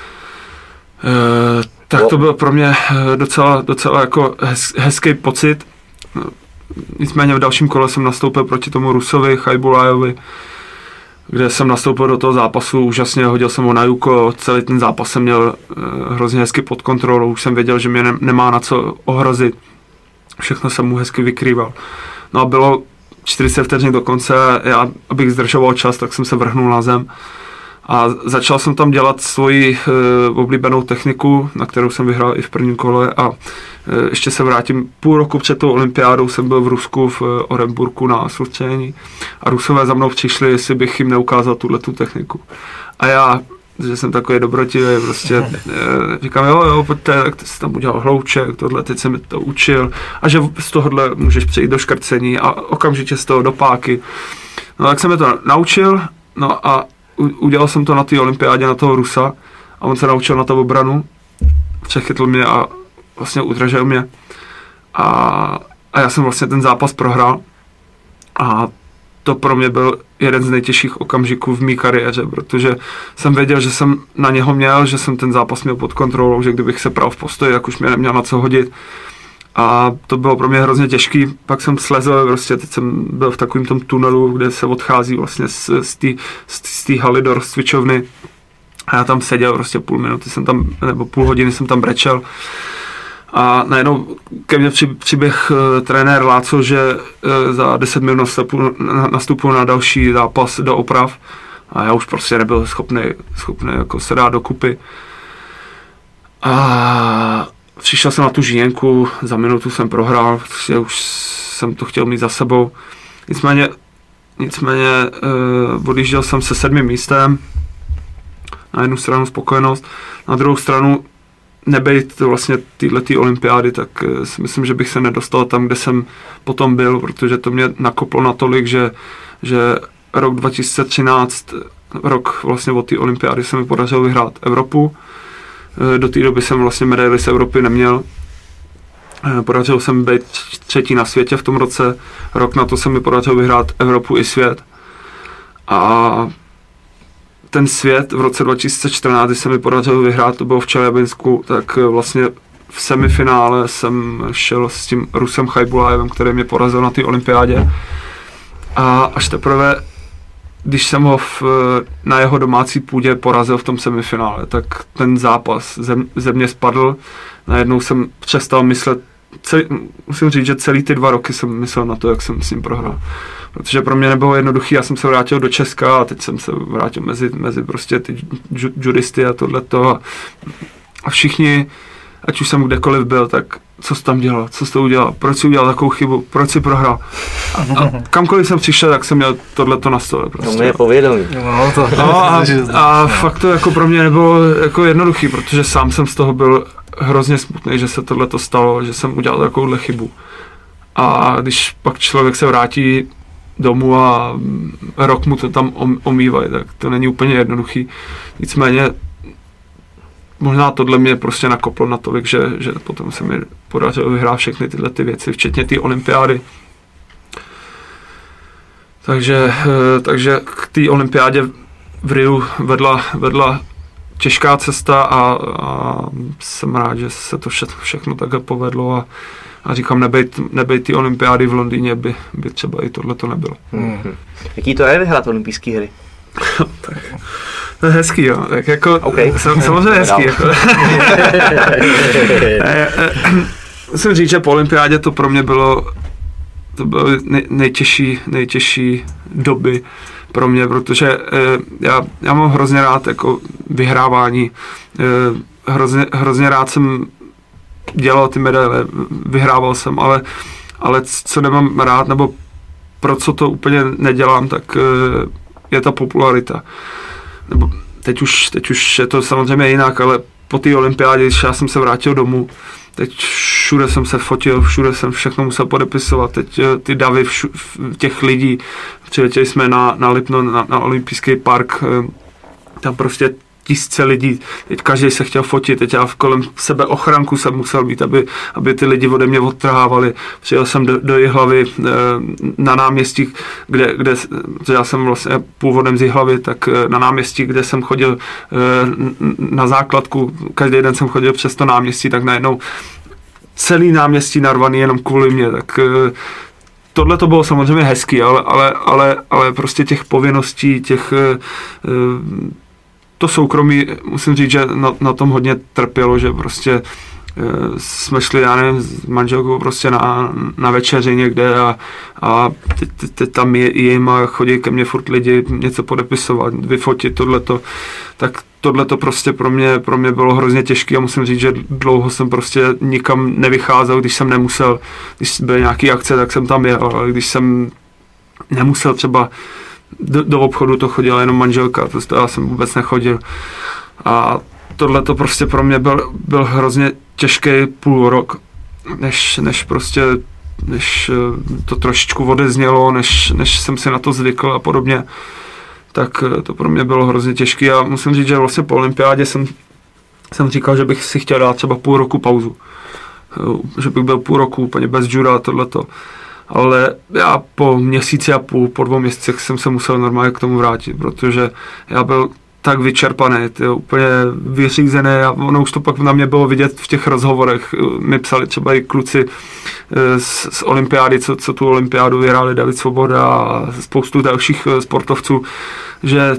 Tak to byl pro mě docela jako hezký pocit. Nicméně v dalším kole jsem nastoupil proti tomu Rusovi Chaibulajovi, kde jsem nastoupil do toho zápasu úžasně, hodil jsem ho na juko, celý ten zápas jsem měl hrozně hezky pod kontrolou, už jsem věděl, že mě nemá na co ohrozit, všechno jsem mu hezky vykrýval. No a bylo 40 vteřin do konce, já, abych zdržoval čas, tak jsem se vrhnul na zem A začal jsem tam dělat svoji oblíbenou techniku, na kterou jsem vyhrál i v prvním kole a ještě se vrátím, půl roku před tou olympiádou jsem byl v Rusku v Orenburgu na soustředění a Rusové za mnou přišli, jestli bych jim neukázal tuhletu techniku. A já, že jsem takový dobrotivý, prostě říkám, jo, pojďte, tak ty jsi tam udělal hlouček, tohle, teď jsem mi to učil a že z tohohle můžeš přejít do škrcení a okamžitě z toho do páky. No tak jsem mi to naučil, no a udělal jsem to na té olympiádě na toho Rusa a on se naučil na to obranu, přechytl mě a vlastně udržel mě a já jsem vlastně ten zápas prohrál a to pro mě byl jeden z nejtěžších okamžiků v mé kariéře, protože jsem věděl, že jsem na něho měl, že jsem ten zápas měl pod kontrolou, že kdybych se pral v postoji, tak už mě neměl na co hodit. A to bylo pro mě hrozně těžký. Pak jsem slezl, prostě teď jsem byl v takovém tom tunelu, kde se odchází vlastně z té haly do rozcvičovny. A já tam seděl, prostě půl hodiny jsem tam brečel. A najednou ke mně přiběh trenér Láco, že za 10 minut nastupuji na další zápas do oprav. A já už prostě nebyl schopný jako se dát dokupy. A přišel jsem na tu žíněnku, za minutu jsem prohrál, protože už jsem to chtěl mít za sebou. Nicméně odjížděl jsem se 7. místem, na jednu stranu spokojenost, na druhou stranu nebejt vlastně této olympiády, tak si myslím, že bych se nedostal tam, kde jsem potom byl, protože to mě nakoplo natolik, že rok 2013, rok vlastně od té olympiády se mi podařilo vyhrát Evropu. Do té doby jsem vlastně medaili z Evropy neměl. Podařilo se mi být 3. na světě v tom roce. Rok na to se mi podařilo vyhrát Evropu i svět. A ten svět v roce 2014, kdy se mi podařilo vyhrát, to bylo v Čeljabinsku, tak vlastně v semifinále jsem šel s tím Rusem Chajbulájevem, který mě porazil na té olympiádě. A až teprve, když jsem ho na jeho domácí půdě porazil v tom semifinále, tak ten zápas ze mě spadl. Najednou jsem přestal myslet, musím říct, že celý ty 2 roky jsem myslel na to, jak jsem s ním prohrál. Protože pro mě nebylo jednoduchý, já jsem se vrátil do Česka a teď jsem se vrátil mezi prostě ty judisty a tohleto a všichni, ať už jsem kdekoliv byl, tak co jsi tam dělal, co jsi to udělal, proč jsi udělal takovou chybu, proč jsi prohrál. A kamkoliv jsem přišel, tak jsem měl tohleto na stole. Prostě. To mě je povědomí. A fakt to jako pro mě nebylo jako jednoduchý, protože sám jsem z toho byl hrozně smutný, že se tohleto stalo, že jsem udělal takovouhle chybu. A když pak člověk se vrátí domů a rok mu to tam omývají, tak to není úplně jednoduchý. Nicméně možná tohle mě prostě nakoplo natolik, že potom se mi podařilo vyhrát všechny tyhle ty věci, včetně té olympiády. Takže k té olympiádě v Riu vedla těžká cesta a jsem rád, že se to všechno takhle povedlo a říkám, nebejt ty olympiády v Londýně, by třeba i tohle to nebylo. Jaký to je vyhrát olympijské hry? Tak, to je hezký, jo. Tak jako, okay. Samozřejmě hezký. Jako. Musím říct, že po olympiádě to pro mě byly nejtěžší doby pro mě, protože já mám hrozně rád jako vyhrávání. Hrozně rád jsem dělal ty medaile, vyhrával jsem, ale co nemám rád, nebo pro co to úplně nedělám, tak je ta popularita. Nebo teď už je to samozřejmě jinak, ale po té olympiádě, když já jsem se vrátil domů, teď všude jsem se fotil, všude jsem všechno musel podepisovat, teď ty davy těch lidí, přiletěli jsme na Lipno, na olympijský park, tam prostě 1000 lidí, teď každý se chtěl fotit, teď já kolem sebe ochranku jsem musel mít, aby ty lidi ode mě odtrhávali. Přijel jsem do Jihlavy na náměstí, kde já jsem vlastně původem z Jihlavy, tak na náměstí, kde jsem chodil na základku, každý den jsem chodil přes to náměstí, tak najednou celý náměstí narvaný jenom kvůli mě, tak tohle to bylo samozřejmě hezký, ale prostě těch povinností, to soukromí, musím říct, že na tom hodně trpělo, že prostě jsme šli, já nevím, s manželkou prostě na večeři někde a teď tam jim a chodí ke mně furt lidi něco podepisovat, vyfotit tohleto, tak tohleto prostě pro mě bylo hrozně těžké a musím říct, že dlouho jsem prostě nikam nevycházel, když jsem nemusel, když byly nějaký akce, tak jsem tam jel, ale když jsem nemusel třeba do obchodu, to chodila jenom manželka, prostě já jsem vůbec nechodil a tohle to prostě pro mě byl hrozně těžký půl rok, než to trošičku odeznělo, než jsem si na to zvykl a podobně, tak to pro mě bylo hrozně těžké a musím říct, že vlastně po olympiádě jsem říkal, že bych si chtěl dát třeba půl roku pauzu, že bych byl půl roku úplně bez juda a tohleto. Ale já po měsíci a půl, po 2 měsících jsem se musel normálně k tomu vrátit, protože já byl tak vyčerpaný, úplně vyřízený a ono už to pak na mě bylo vidět v těch rozhovorech. Mi psali třeba i kluci z olympiády, co tu olympiádu vyhráli, David Svoboda a spoustu dalších sportovců, že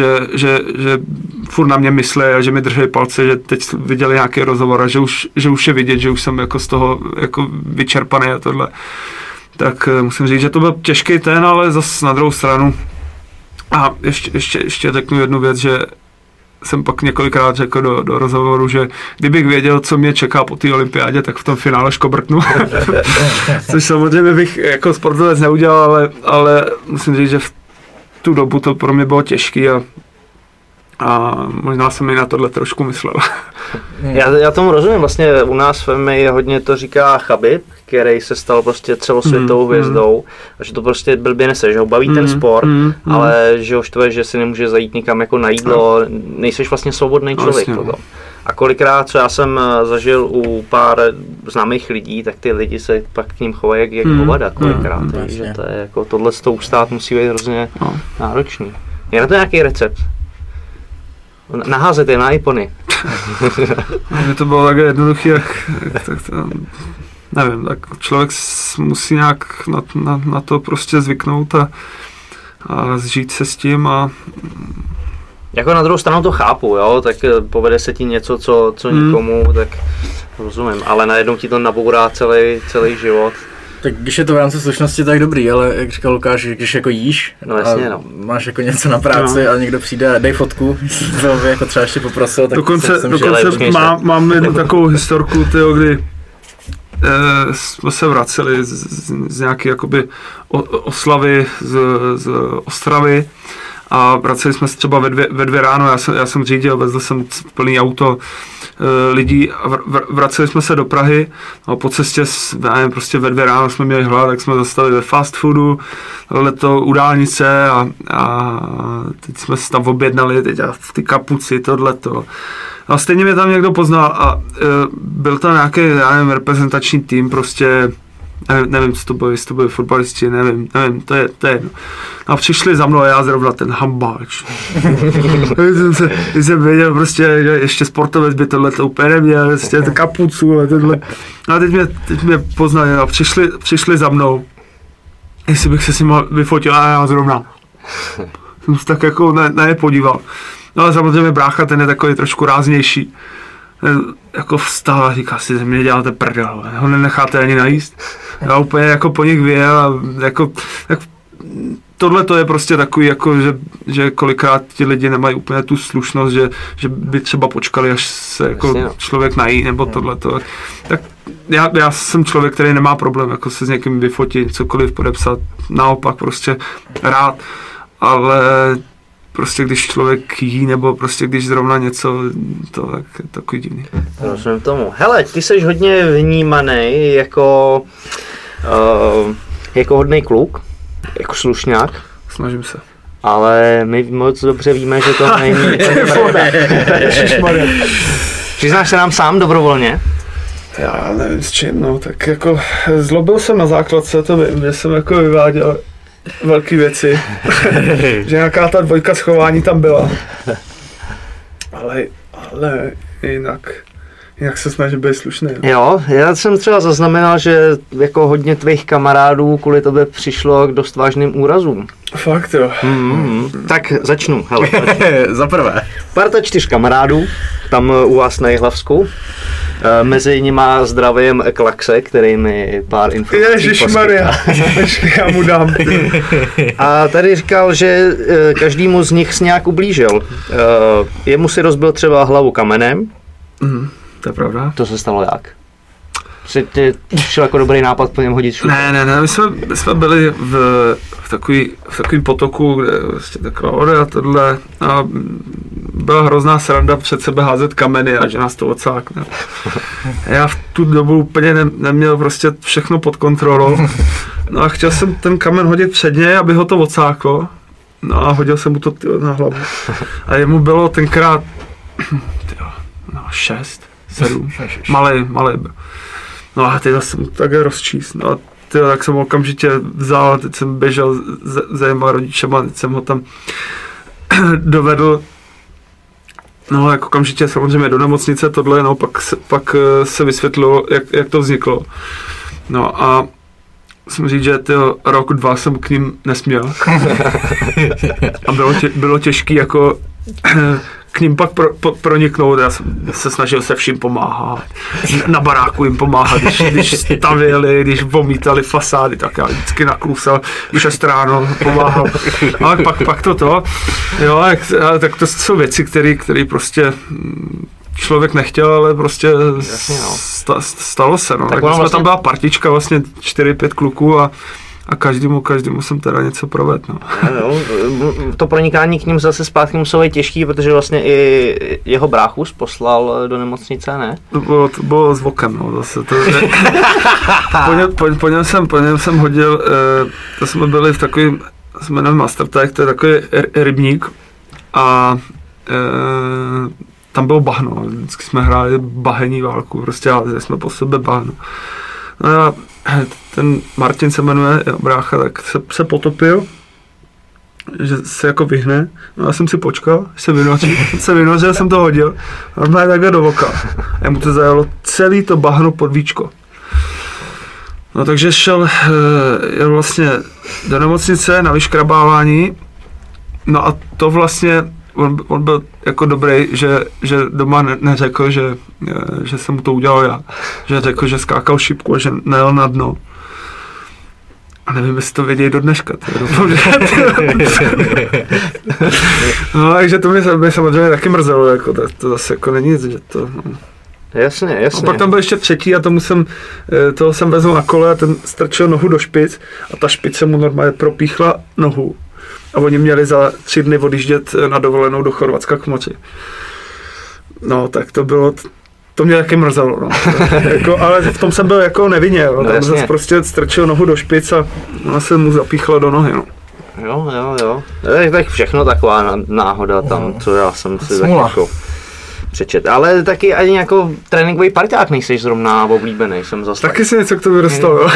furt na mě myslí a že mi drží palce, že teď viděli nějaký rozhovor a že už je vidět, že už jsem jako z toho jako vyčerpaný a tohle. Tak musím říct, že to byl těžký ten, ale zase na druhou stranu. A ještě řeknu jednu věc, že jsem pak několikrát řekl do rozhovoru, že kdybych věděl, co mě čeká po té olympiádě, tak v tom finále škobrtnu. Což samozřejmě bych jako sportovec neudělal, ale musím říct, že v tu dobu to pro mě bylo těžký a možná jsem mi na tohle trošku myslel. Já tomu rozumím, vlastně u nás v MMA hodně to říká Khabib, který se stal prostě celosvětovou hvězdou a že to prostě blbě nese, že ho baví ten sport, ale že ho štve, že si nemůže zajít nikam jako na jídlo, nejseš vlastně svobodný člověk. A kolikrát, co já jsem zažil u pár známých lidí, tak ty lidi se pak k ním chovají jak hovada kolikrát, že to je jako tohle s tou ustát musí být hrozně náročný. Je na to nějaký recept? Naházet je na iPony. Mně to bylo tak jednoduché, tak to, nevím, tak člověk musí nějak na to prostě zvyknout a zžít se s tím a... Jako na druhou stranu to chápu, jo, tak povede se ti něco, co nikomu, tak rozumím, ale najednou ti to nabourá celý život. Tak když je to v rámci slušnosti, tak dobrý, ale jak říkal Lukáš, když jako jíš jasně, máš jako něco na práci a někdo přijde a dej fotku, by jako třeba ještě poprosil, tak dokonce mám jednu takovou historku, kdy jsme se vraceli z nějaké jakoby oslavy z Ostravy a vraceli jsme se třeba ve dvě ráno, já jsem řídil, vezl jsem plný auto lidí a vraceli jsme se do Prahy a po cestě, nevím, prostě ve 2 ráno jsme měli hlad, tak jsme zastavili ve fast foodu, tohleto u dálnice a teď jsme se tam objednali, teď a v ty kapuci, tohleto. A stejně mě tam někdo poznal a byl tam nějaký, já nevím, reprezentační tým, prostě nevím, co to byli, jestli to byli fotbalisti, nevím, to je jedno. A přišli za mnou a já zrovna ten hambáč. Když jsem věděl prostě, že ještě sportovec by tohleto úplně neměl, prostě kapucu a tohle. A teď mě poznali a přišli za mnou, jestli bych se s nimi vyfotil a já zrovna. Jsem se tak jako na ně podíval. No ale samozřejmě brácha, ten je takový trošku ráznější. Jako vstal a říká si, že mě děláte prdel, ho nenecháte ani najíst. Já úplně jako po nich vyjel a jako tohle to je prostě takový, jako, že kolikrát ti lidi nemají úplně tu slušnost, že by třeba počkali, až se jako člověk nají, nebo tohleto. Tak já jsem člověk, který nemá problém jako se s někým vyfotit, cokoliv podepsat, naopak prostě rád, ale prostě když člověk jí, nebo prostě když zrovna něco, to tak je takový divný. Rozumím tomu. Hele, ty jsi hodně vnímaný jako hodnej kluk, jako slušňák. Snažím se. Ale my moc dobře víme, že to není pravda. Přiznáš se nám sám dobrovolně? Já nevím s čím, no, tak jako zlobil jsem na základce, to vím, že jsem jako vyváděl velké věci, že nějaká ta dvojka schování tam byla, ale jinak se snažím být slušný. Jo, já jsem třeba zaznamenal, že jako hodně tvých kamarádů kvůli tobě přišlo k dost vážným úrazům. Fakt jo. Tak začnu, hele. Za prvé. Parta 4 kamarádů, tam u vás na Jihlavsku. Mezi nima zdravím Klaxe, který mi pár informací Ježišmarja, já mu dám. A tady říkal, že každému z nich nějak ublížil. Jemu si rozbil třeba hlavu kamenem. To je pravda. To se stalo jak? Jsi ti šel jako dobrý nápad po něm hodit šup? Ne, my jsme byli v takovým potoku, kde vlastně taková voda a tohle a byla hrozná sranda před sebe házet kameny a že nás to odsákne. Já v tu dobu úplně neměl prostě všechno pod kontrolou. No a chtěl jsem ten kamen hodit před něj, aby ho to odsáklo. No a hodil jsem mu to na hlavu. A jemu bylo tenkrát 6, 7, malej byl. No a teď jsem mu takhle rozčíst. No a tak jsem ho okamžitě vzal, teď jsem běžel za těma rodičema, teď jsem ho tam dovedl. No jako okamžitě samozřejmě do nemocnice tohle, no pak se vysvětlilo, jak to vzniklo. No a musím říct, že rok, 2 jsem k ním nesměl. A bylo těžké jako k ním pak proniknout. Já jsem se snažil se vším pomáhat. Na baráku jim pomáhat, když stavěli, když vomítali fasády, tak já vždycky naklusal 6 ráno, pomáhal. Ale pak to. Jo, tak to jsou věci, které prostě člověk nechtěl, ale prostě stalo se. No. Tak vlastně tam byla partička, vlastně 4-5 kluků a každému jsem teda něco provedl. No. To pronikání k ním zase zpátky muselo být těžký, protože vlastně i jeho bráchus poslal do nemocnice, ne? To bylo s vokem, no, zase to. Po něm jsem hodil, to jsme byli v takovým, jsme jmenujeme Mastertech, to je takový rybník a tam bylo bahno, vždycky jsme hráli bahení válku, prostě házeli jsme po sebe bahno. No a ten Martin se jmenuje, brácha, tak se potopil, že se jako vyhne. No já jsem si počkal, se vynořil, jsem to hodil. Normálně takhle do voka. A mu to zajalo celý to bahno pod víčko. No takže šel vlastně do nemocnice na vyškrabávání. No a to vlastně, on byl jako dobrý, že doma neřekl, že jsem mu to udělal já. Že řekl, že skákal šipku a že nejel na dno. A nevím, jestli to vědějí do dneška. No, takže to mě samozřejmě taky mrzelo, jako to zase jako není nic, že to. No. Jasně. A pak tam byl ještě třetí a toho jsem vezl na kole a ten strčil nohu do špic a ta špice mu normálně propíchla nohu. A oni měli za 3 dny odjíždět na dovolenou do Chorvatska k moři. No, tak to mě taky mrzelo, no. Jako, ale v tom jsem byl jako nevinně, no. Tam zase prostě strčil nohu do špic a ona se mu zapíchla do nohy, no. Jo. Tak všechno taková náhoda tam, co já jsem si tak jako přečet. Ale taky ani jako tréninkový parťák nejseš zrovna oblíbený, jsem zase. Taky si něco k tomu dostal, jo.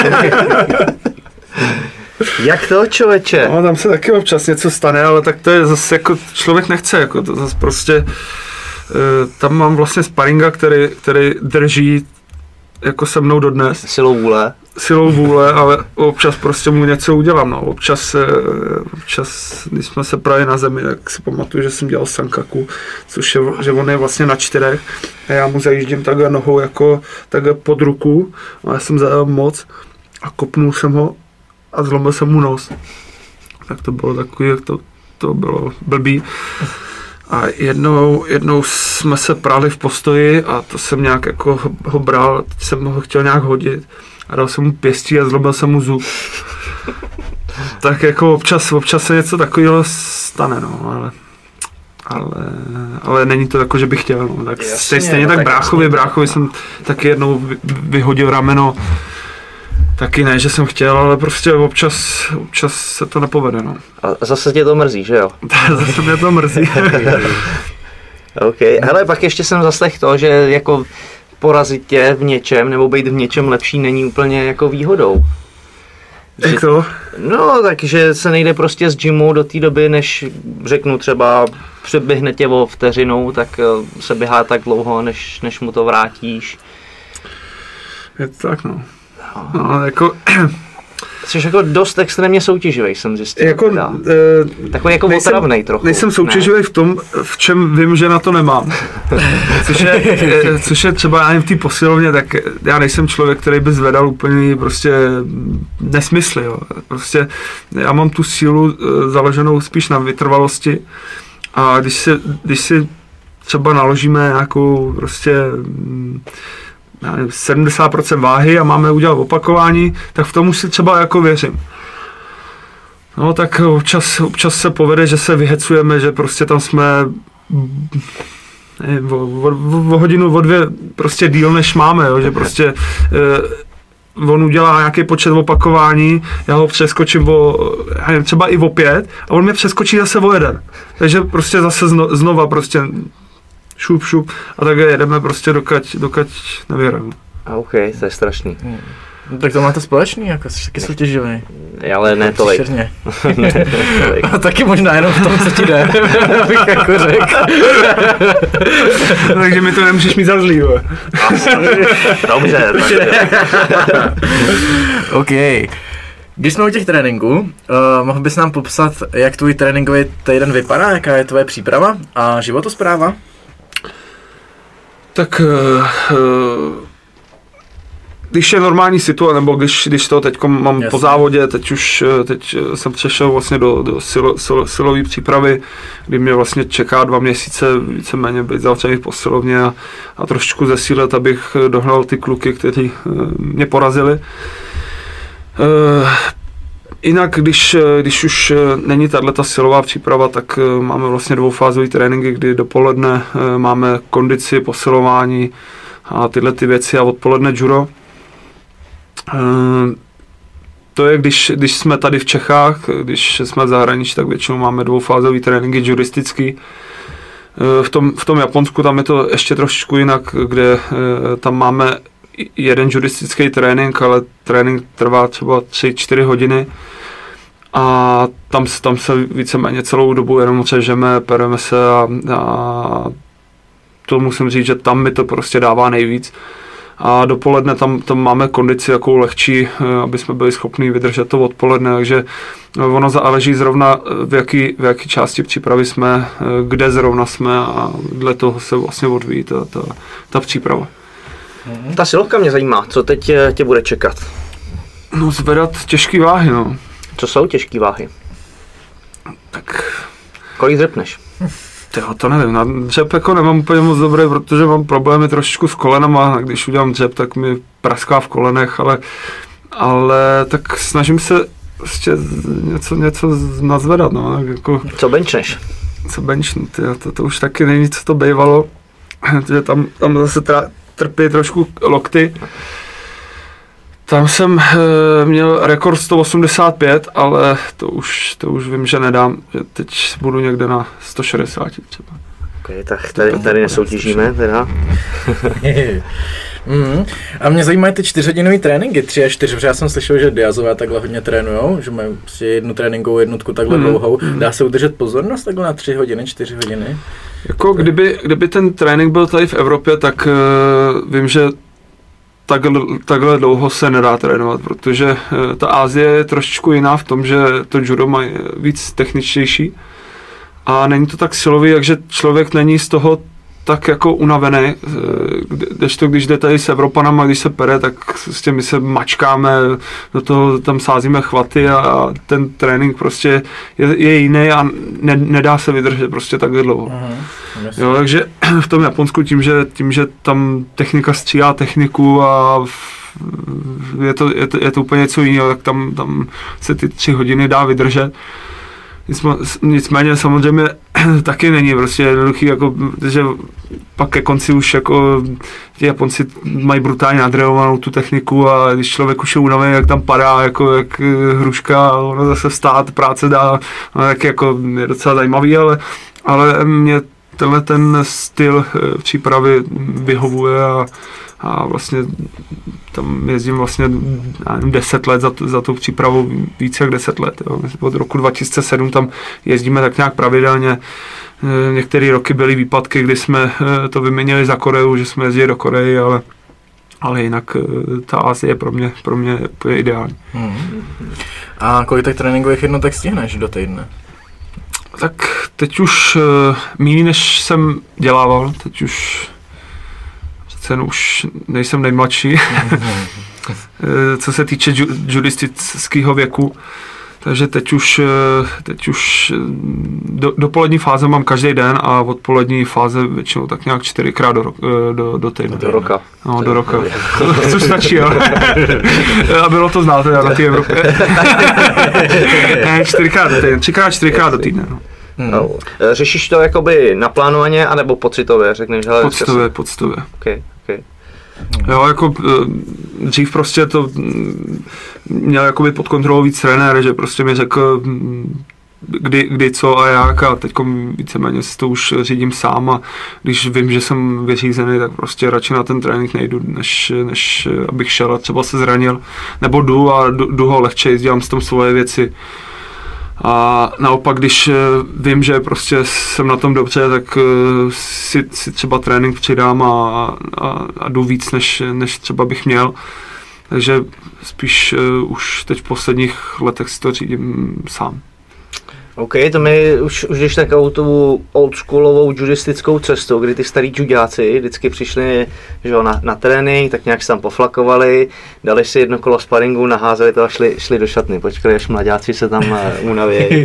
Jak to, člověče? No, tam se taky občas něco stane, ale tak to je zase jako člověk nechce, jako to zase prostě tam mám vlastně sparinga, který drží jako se mnou dodnes. Silou vůle, ale občas prostě mu něco udělám, no. Občas, když jsme se právě na zemi, tak si pamatuju, že jsem dělal sankaku, což je, že on je vlastně na 4 a já mu zajíždím takhle nohou jako takhle pod ruku a já jsem zajel moc a kopnul jsem ho a zlomil jsem mu nos. Tak to bylo takový, jak to bylo blbý. A jednou jsme se prali v postoji a to jsem nějak jako ho bral, teď jsem ho chtěl nějak hodit a dal jsem mu pěstí a zlobil jsem mu zub. Tak jako občas se něco takového stane, no, ale není to jako, že bych chtěl, no. Tak jasně, stejně tak bráchovi jsem taky jednou vyhodil rameno. Taky ne, že jsem chtěl, ale prostě občas se to nepovede, no. A zase tě to mrzí, že jo? Zase mě to mrzí. OK, hele, pak ještě jsem zaslechl to, že jako porazit tě v něčem nebo být v něčem lepší není úplně jako výhodou. Jak to? No, takže se nejde prostě z gymu do té doby, než řeknu třeba přeběhne tě o vteřinou, tak se běhá tak dlouho, než mu to vrátíš. Je to tak, no. No, jako Jsi jako dost extrémně soutěživý, jsem zjistil. Jako, takový jako otravnej trochu. Nejsem soutěživý v tom, v čem vím, že na to nemám. Což je třeba v té posilovně, tak já nejsem člověk, který by zvedal úplně prostě nesmysly. Jo. Prostě já mám tu sílu založenou spíš na vytrvalosti a když si třeba naložíme nějakou prostě 70% váhy a máme udělat opakování, tak v tom už si třeba jako věřím. No tak občas se povede, že se vyhecujeme, že prostě tam jsme o hodinu, o dvě prostě díl než máme, jo, že prostě on udělá nějaký počet opakování, já ho přeskočím třeba i o 5 a on mě přeskočí zase o 1. Takže prostě zase znova prostě šup a tak jedeme prostě dokud nevěrem. A OK, to je strašný. No, tak to máte společný, jako jsi taky soutěživý. Ale ne tolik. A taky možná jenom v tom, co ti jde, abych jako řekl. Takže mi to nemůžeš mít za zlý, jo. Dobře. OK. Když jsme u těch tréninků, mohl bys nám popsat, jak tvůj tréninkový týden vypadá, jaká je tvoje příprava a životospráva? Tak když je normální situace, nebo když to teď mám jasně po závodě, teď jsem přešel vlastně do silové přípravy, kdy mě vlastně čeká 2 měsíce víceméně být zavřený v posilovně a trošičku zesílit, abych dohnal ty kluky, kteří mě porazili. Jinak, když už není tato silová příprava, tak máme vlastně 2fázové tréninky, kdy dopoledne máme kondici, posilování a tyhle ty věci a odpoledne judo. To je, když jsme tady v Čechách, když jsme v zahraničí, tak většinou máme 2fázové tréninky judistický. V tom Japonsku tam je to ještě trošičku jinak, kde tam máme jeden judistický trénink, ale trénink trvá třeba 3-4 hodiny a tam se víceméně celou dobu jenom řežeme, pereme se a to musím říct, že tam mi to prostě dává nejvíc. A dopoledne tam máme kondici jakou lehčí, aby jsme byli schopni vydržet to odpoledne, takže ono záleží zrovna v jaký části přípravy jsme, kde zrovna jsme a dle toho se vlastně odvíjí ta příprava. Ta silovka mě zajímá, co teď tě bude čekat? No zvedat těžké váhy, no. Co jsou těžké váhy? Tak... Kolik dřepneš? To nevím, na dřep jako nemám úplně moc dobrý, protože mám problémy trošičku s kolenama a když udělám dřep, tak mi praská v kolenech, ale tak snažím se prostě něco nazvedat, no. Jako, co benchneš? Co benchnu, to už taky není, co to bývalo, že tam zase trpí trošku lokty. Tam jsem měl rekord 185, ale to už vím, že nedám, že teď budu někde na 160 třeba. Okay, tak tady nesoutěžíme teda. A mě zajímají ty 4hodinový tréninky, 3 a 4, protože já jsem slyšel, že Diazové takhle hodně trénujou, že mají prostě jednu tréninkovou jednotku takhle dlouhou. Dá se udržet pozornost takhle na 3 hodiny, 4 hodiny? Jako kdyby ten trénink byl tady v Evropě, tak vím, že takhle dlouho se nedá trénovat, protože ta Asie je trošičku jiná v tom, že to judo má víc techničtější a není to tak silový, takže člověk není z toho tak jako unavený, když jde tady s Evropanama, když se pere, tak prostě my se mačkáme, do toho tam sázíme chvaty a ten trénink prostě je jiný a nedá se vydržet prostě takhle dlouho. Jo, takže v tom Japonsku tím, že tam technika stříhá techniku a je to úplně něco jiného, tak tam se ty 3 hodiny dá vydržet. Nicméně samozřejmě taky není prostě jednoduchý, jako, že pak ke konci už jako ti Japonci mají brutálně nadrevovanou tu techniku a když člověk už je unavený, jak tam padá jako jak hruška a ono zase vstát, práce dá, no, tak jako je docela zajímavý, ale mě tenhle ten styl přípravy vyhovuje a vlastně tam jezdím vlastně 10 let za tou přípravou, více jak 10 let. Jo. Od roku 2007 tam jezdíme tak nějak pravidelně. Některé roky byly výpadky, kdy jsme to vyměnili za Koreu, že jsme jezdili do Koreji, ale jinak ta Asie je pro mě úplně ideální. A kolik tak tréninkových jednotek stihneš do týdne? Tak teď už méně, než jsem dělával, teď už nejsem nejmladší, co se týče judistického věku. Takže teď už dopolední fáze mám každý den a odpolední fáze většinou tak nějak 4krát do týdne. Do roka. No, do roka. Což stačí, ale a bylo to znát na té Evropě. Ne, 4krát do týdne, 3x4krát do týdne. No. Řešíš to jakoby naplánovaně, anebo pocitově, řekneš? Pocitově. Okay. Jo, jako dřív prostě to měl jakoby pod kontrolou víc trenér, že prostě mi řekl kdy co a jak a teď víceméně si to už řídím sám a když vím, že jsem vyřízený, tak prostě radši na ten trénink nejdu, než abych šel a třeba se zranil, nebo jdu ho lehčej, dělám s tom svoje věci. A naopak, když vím, že prostě jsem na tom dobře, tak si třeba trénink přidám a jdu víc, než třeba bych měl. Takže spíš už teď v posledních letech si to řídím sám. OK, to mi už jdeš takovou tu oldschoolovou judistickou cestou, kdy ty starý judáci vždycky přišli, že na trénink, tak nějak se tam poflakovali, dali si jedno kolo sparingu, naházeli to a šli do šatny. Počkej, až mladáci se tam unavějí.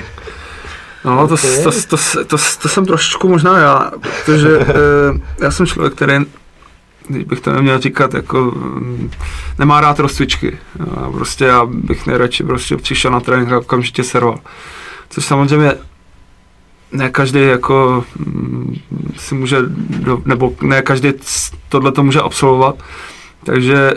No, to jsem trošičku možná já, protože já jsem člověk, který, když bych to neměl říkat, jako nemá rád rozcvičky. Prostě já bych nejradši prostě přišel na trénink a okamžitě serval. Což samozřejmě ne každý jako si může, nebo ne každý tohle to může absolvovat, takže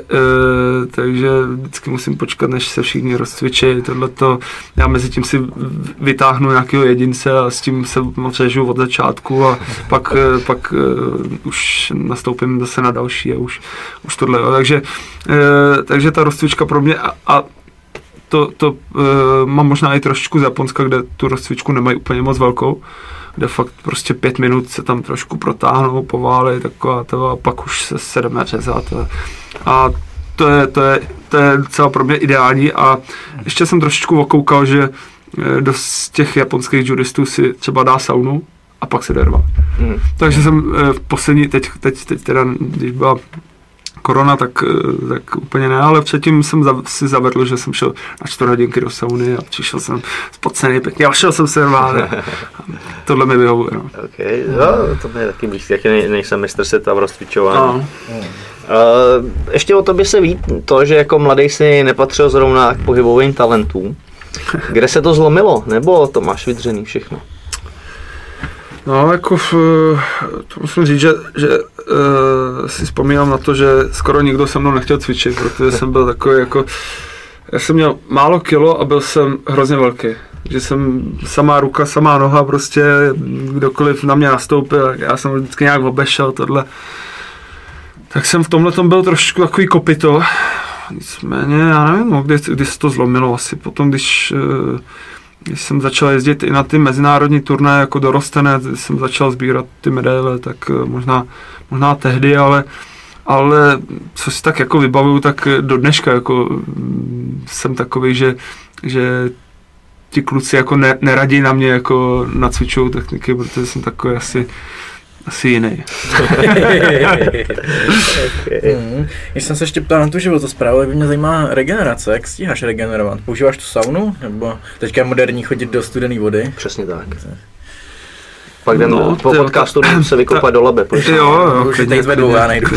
vždycky musím počkat, než se všichni rozcvičí tohleto. Já mezi tím si vytáhnu nějakého jedince a s tím se řežu od začátku a pak už nastoupím zase na další a už tohle. Takže ta rozcvička pro mě a to mám možná i trošičku z Japonska, kde tu rozcvičku nemají úplně moc velkou, kde fakt prostě 5 minut se tam trošku protáhnou, poválej, taková to a pak už se jdeme řezat. A to je docela pro mě ideální a ještě jsem trošičku okoukal, že dost těch japonských judistů si třeba dá saunu a pak se jde rvat. Takže jsem v poslední, teď teda, když byla korona, tak úplně ne, ale předtím jsem si zavedl, že jsem šel na 4 hodinky do sauny a přišel jsem spocený pěkně a šel jsem se rvát. Tohle mi vyhovuje. No. Okay, no, to je taky blízký, taky nejsem mistr světa v rozcvičování. Ještě o tobě se ví to, že jako mladý si nepatřil zrovna k pohybovým talentům. Kde se to zlomilo? Nebo to máš vydřený všechno? No, jako to musím říct, že si vzpomínám na to, že skoro nikdo se mnou nechtěl cvičit, protože jsem byl takový jako, já jsem měl málo kilo a byl jsem hrozně velký. Že jsem samá ruka, samá noha, prostě kdokoliv na mě nastoupil, já jsem vždycky nějak obešel tohle. Tak jsem v tomhletom byl trošku takový kopito. Nicméně, já nevím, no, kdy se to zlomilo asi potom, když jsem začal jezdit i na ty mezinárodní turnaje jako dorostenec, jsem začal sbírat ty medaile, tak možná tehdy, ale co si tak jako vybavuju, tak do dneška jako jsem takový, že ti kluci jako neradí na mě jako nacvičují techniky, protože jsem takový asi jiný. Když jsem se ještě ptal na tu životosprávu, tak by mě zajímá regenerace. Jak stíháš regenerovat? Používáš tu saunu? Nebo teďka je moderní chodit do studené vody? Přesně tak. Pak jdem po podcastu se vykoupat do Labe. Jo, už teď jsme dvou, já nejdu.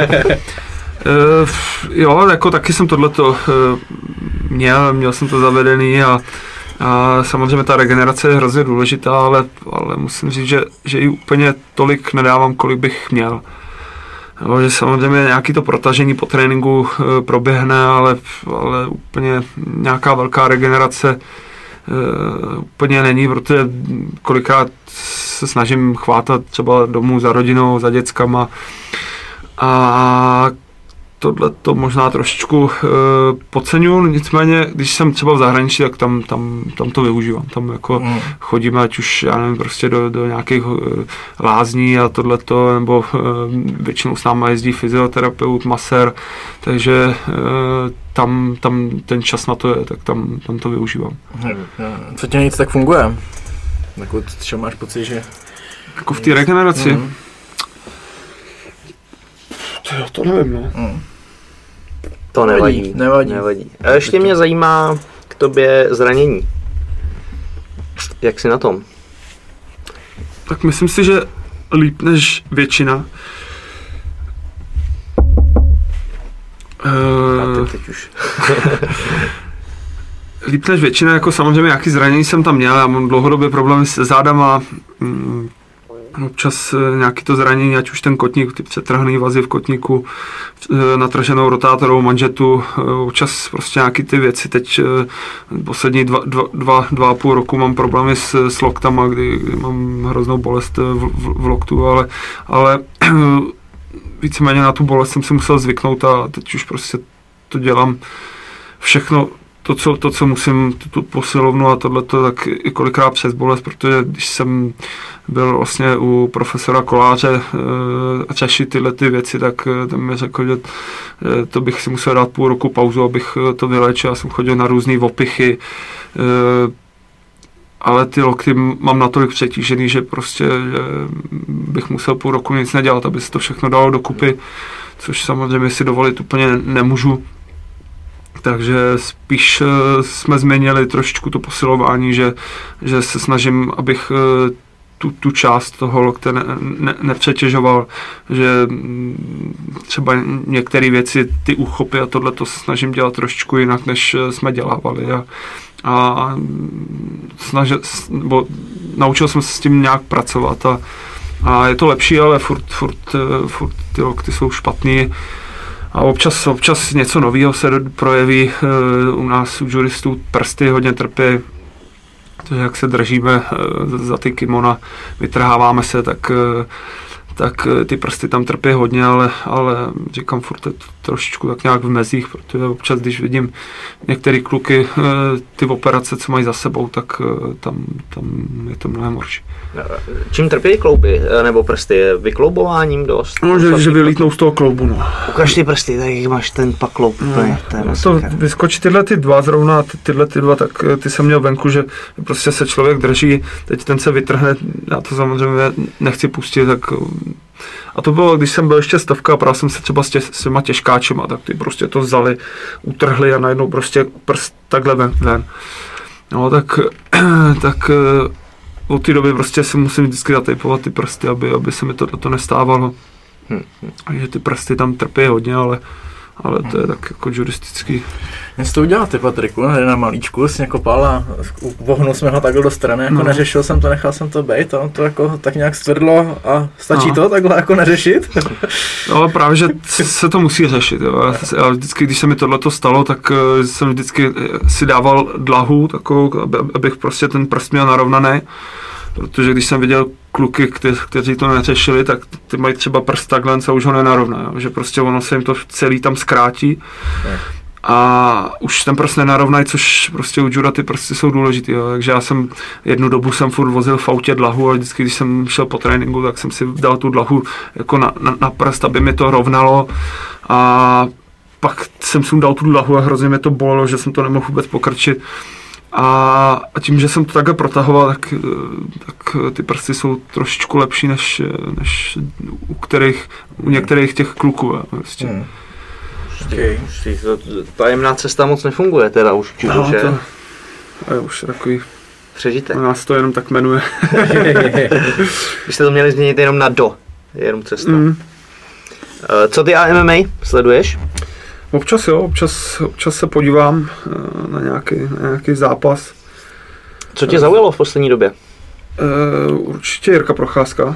Jo, jako taky jsem tohleto měl jsem to zavedený a samozřejmě ta regenerace je hrozně důležitá, ale musím říct, že ji úplně tolik nedávám, kolik bych měl. No, že samozřejmě nějaké to protažení po tréninku proběhne, ale úplně nějaká velká regenerace úplně není, protože kolikrát se snažím chvátat třeba domů za rodinou, za dětskama a tohle to možná trošičku podceňuji, nicméně, když jsem třeba v zahraničí, tak tam to využívám. Tam jako chodíme, ať už, já nevím, prostě do nějakých lázní a tohleto, nebo většinou s náma jezdí fyzioterapeut, masér, takže tam ten čas na to je, tak tam to využívám. Co tě nejvíc tak funguje? Jako, třeba máš pocit, že... Jako v té regeneraci? To nevím, no. To nevadí. A ještě mě zajímá k tobě zranění. Jak jsi na tom? Tak myslím si, že líp než většina. Teď už. Líp než většina, jako samozřejmě nějaký zranění jsem tam měl, já mám dlouhodobě problémy se zádama, občas nějaký to zranění, ať už ten kotník, ty přetrhaný vazy v kotníku, natrženou rotátorovou manžetu, občas prostě nějaký ty věci. Teď poslední 2,5 roku mám problémy s loktama, kdy mám hroznou bolest v loktu, ale víceméně na tu bolest jsem si musel zvyknout a teď už prostě to dělám všechno, to, co musím, tu posilovnu a tohleto, tak i kolikrát přes bolest, protože když jsem byl vlastně u profesora Koláře a řešit tyhle ty věci, tak ten mi řekl, že to bych si musel dát půl roku pauzu, abych to vylečil. Já jsem chodil na různý opichy, ale ty lokty mám natolik přetížený, že prostě že bych musel půl roku nic nedělat, aby se to všechno dalo dokupy, což samozřejmě si dovolit úplně nemůžu. Takže spíš jsme změnili trošičku to posilování, že se snažím, abych tu část toho lokte nepřetěžoval, že třeba některé věci, ty úchopy a tohle to snažím dělat trošičku jinak, než jsme dělávali. A naučil jsem se s tím nějak pracovat a je to lepší, ale furt ty lokty jsou špatný. A občas něco nového se projeví. U nás, u judistů, prsty hodně trpí. Takže jak se držíme za ty kimona, vytrháváme se, tak ty prsty tam trpí hodně, ale říkám, furt je to trošičku tak nějak v mezích, protože občas, když vidím některé kluky, ty operace, co mají za sebou, tak tam je to mnohem horší. Čím trpí klouby nebo prsty? Vykloubováním dost? No, že vylítnou z toho kloubu, no. Ukaž ty prsty, tak máš ten pak kloub. To vyskočí tyhle ty dva zrovna, tyhle ty dva, tak ty jsem měl venku, že prostě se člověk drží, teď ten se vytrhne, já to samozřejmě nechci pustit, tak a to bylo, když jsem byl ještě stovka a právě jsem se třeba s těma těžkáčema, tak ty prostě to vzali, utrhli a najednou prostě prst takhle ven. No tak od té doby prostě si musím vždycky zatejpovat ty prsty, aby se mi to nestávalo. Takže ty prsty tam trpí hodně, ale to je tak jako juristický. Něco to udělal ty, Patriku, na malíčku jsi mě kopal a vohnul jsme ho takhle do strany, jako neřešil jsem to, nechal jsem to bejt a on to jako tak nějak stvrdlo a stačí to takhle jako neřešit? No právě, že se to musí řešit. Jo. Já vždycky, když se mi tohleto stalo, tak jsem vždycky si dával dlahu takovou, abych prostě ten prst měl narovnaný. Protože když jsem viděl kluky, kteří to neřešili, tak ty mají třeba prst takhle a už ho nenarovná, že prostě ono se jim to celý tam zkrátí a už ten prst nenarovnají, což prostě u juda ty prsty jsou důležitý, jo. Takže já jsem jednu dobu furt vozil v autě dlahu a vždycky, když jsem šel po tréninku, tak jsem si dal tu dlahu jako na prst, aby mi to rovnalo a pak jsem si dal tu dlahu a hrozně mě to bolelo, že jsem to nemohl vůbec pokrčit. A tím, že jsem to takhle protahoval, tak ty prsty jsou trošičku lepší než u některých těch kluků. Prostě. Tajemná cesta moc nefunguje teda už, že? To je už takový přežitek. U nás to jenom tak jmenuje. Vy jste to měli změnit jenom na jenom cesta. Co ty a MMA sleduješ? Občas jo, občas se podívám na nějaký zápas. Co tě zaujalo v poslední době? Určitě Jirka Procházka.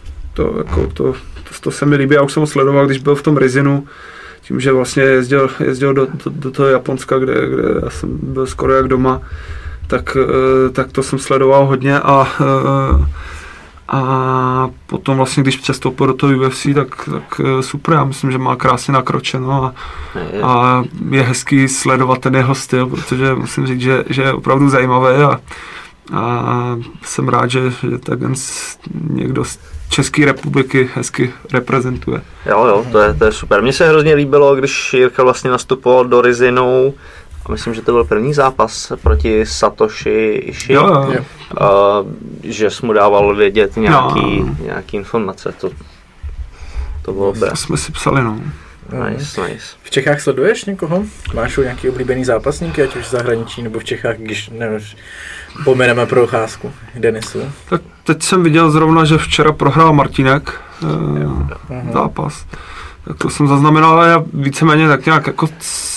To se mi líbí, já už jsem ho sledoval, když byl v tom Rizinu, tím, že vlastně jezdil do toho Japonska, kde já jsem byl skoro jak doma, tak to jsem sledoval hodně A potom vlastně, když přestoupil do toho UFC, tak super, já myslím, že má krásně nakročeno a je hezký sledovat ten jeho styl, protože musím říct, že je opravdu zajímavý a jsem rád, že tak někdo z České republiky hezky reprezentuje. Jo, to je super. Mně se hrozně líbilo, když Jirka vlastně nastupoval do Rizinu, a myslím, že to byl první zápas proti Satoshi Ishii, Jo. že jsi mu dával vědět nějaký informace. To bylo dobré. To jsme si psali, no. Nice. V Čechách sleduješ někoho? Máš nějaký oblíbený zápasníky, ať už v zahraničí nebo v Čechách, když pomeneme Procházku, Denisu? Tak teď jsem viděl zrovna, že včera prohrál Martínek zápas. Tak to jsem zaznamenal, ale já víceméně tak nějak jako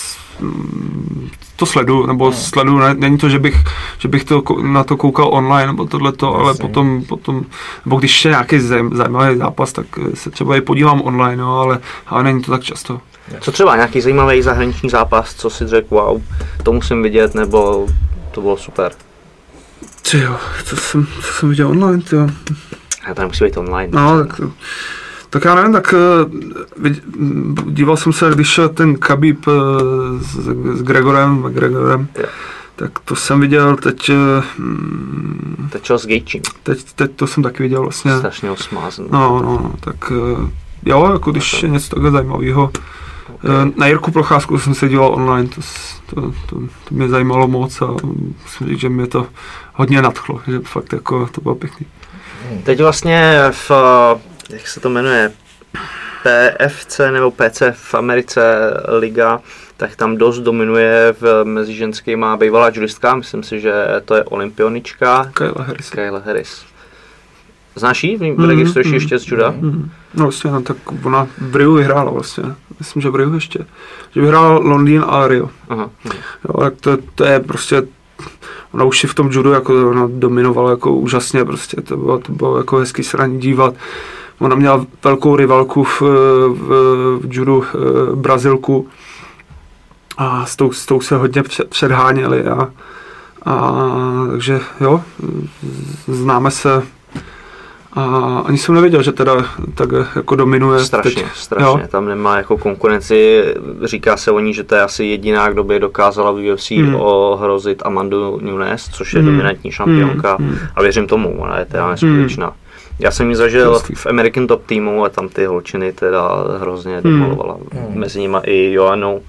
to sleduju, není to, že bych to na to koukal online nebo tohleto, ale potom, nebo když je nějaký zajímavý zápas, tak se třeba i podívám online, no, ale není to tak často. Co třeba nějaký zajímavý zahraniční zápas, co si řekl, wow, to musím vidět, nebo to bylo super? Jo, co jsem viděl online, jo. Já to nemusí být online. No, tak já nevím, tak díval jsem se, když šel ten Khabib s Gregorem, tak to jsem viděl teď šel s Gaethjem. Teď to jsem taky viděl vlastně. Strašně osmázn. No, tak jo, jako když je něco takhle zajímavého. Okay. Na Jirku Procházku jsem se díval online, to mě zajímalo moc a musím říct, že mě to hodně nadchlo, že fakt jako to bylo pěkný. Teď vlastně jak se to jmenuje, PFC nebo PC v Americe liga, tak tam dost dominuje mezi ženskýma bývalá judistka, myslím si, že to je olympionička Kayla Harris. Znáš jí? Registruješ ještě z juda? No vlastně, no, tak ona v Riu vyhrála vlastně, myslím, že v Riu ještě, že vyhrála Londýn a Rio. Aha. Jo, tak to je prostě, ona už je v tom judu jako ona dominovala jako úžasně, prostě to bylo jako hezký se na ní dívat. Ona měla velkou rivalku v judu Brazilku a s tou se hodně předháněli a takže jo, známe se a ani jsem nevěděl, že teda tak jako dominuje. Strašně, tam nemá jako konkurenci, říká se o ní, že to je asi jediná, kdo by dokázala v UFC ohrozit Amandu Nunes, což je dominantní šampionka a věřím tomu, ona je teda neskutečná. Já jsem ji zažil v American Top Teamu a tam ty holčiny teda hrozně demolovala. Mezi nimi i Joannou.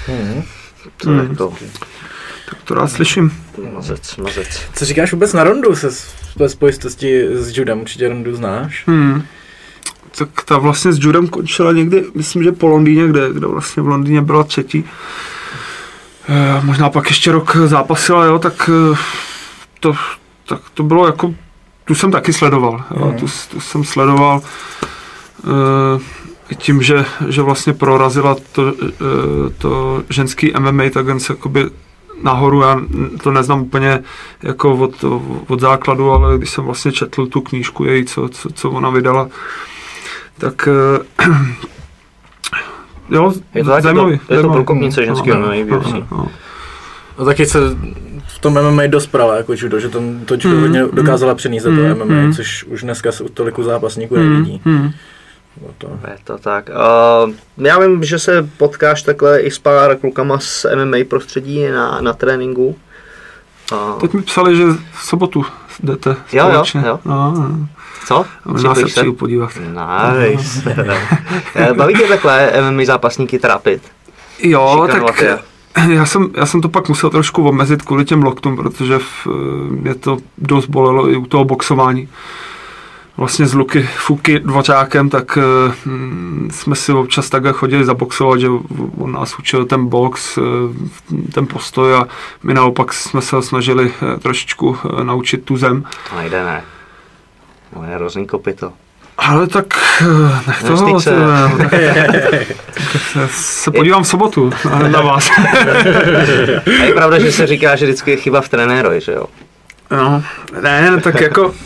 Tak to rád slyším. Mazec. Co říkáš vůbec na Rondu ve spojitosti s judem? Určitě Rondu znáš? Tak ta vlastně s judem končila někdy, myslím, že po Londýně, kde vlastně v Londýně byla třetí. Možná pak ještě rok zápasila, jo, tak to bylo jako, tu jsem taky sledoval, jo, tu jsem sledoval tím, že vlastně prorazila to ženský MMA, tak jen se jakoby nahoru, já to neznám úplně jako od základu, ale když jsem vlastně četl tu knížku její, co ona vydala, tak jo, je to zajímavý. Je to průkopnice ženského MMA v UFC. No taky se v tom MMA dost prala jako judo, že to judo hodně dokázala přenést do toho MMA, což už dneska se u toliku zápasníků nevidí. Je to tak. Já vím, že se potkáš takhle i s pár klukama z MMA prostředí na tréninku. Teď mi psali, že v sobotu jdete společně. Jo. No. Co? Možná se přijdu podívat. Nice. Baví tě takhle MMA zápasníky trápit? Jo, tak já jsem to pak musel trošku omezit kvůli těm loktům, protože mě to dost bolelo i u toho boxování. Vlastně s Luky Fuky Dvořákem, tak jsme si občas takhle chodili zaboxovat, že on nás učil ten box, ten postoj a my naopak jsme se snažili trošičku naučit tu zem. To nejde, ne. No je hrozný kopyto. Ale tak nech toho, se podívám v sobotu na vás. A je pravda, že se říká, že vždycky je chyba v trenérovi, že jo? No, ne, tak jako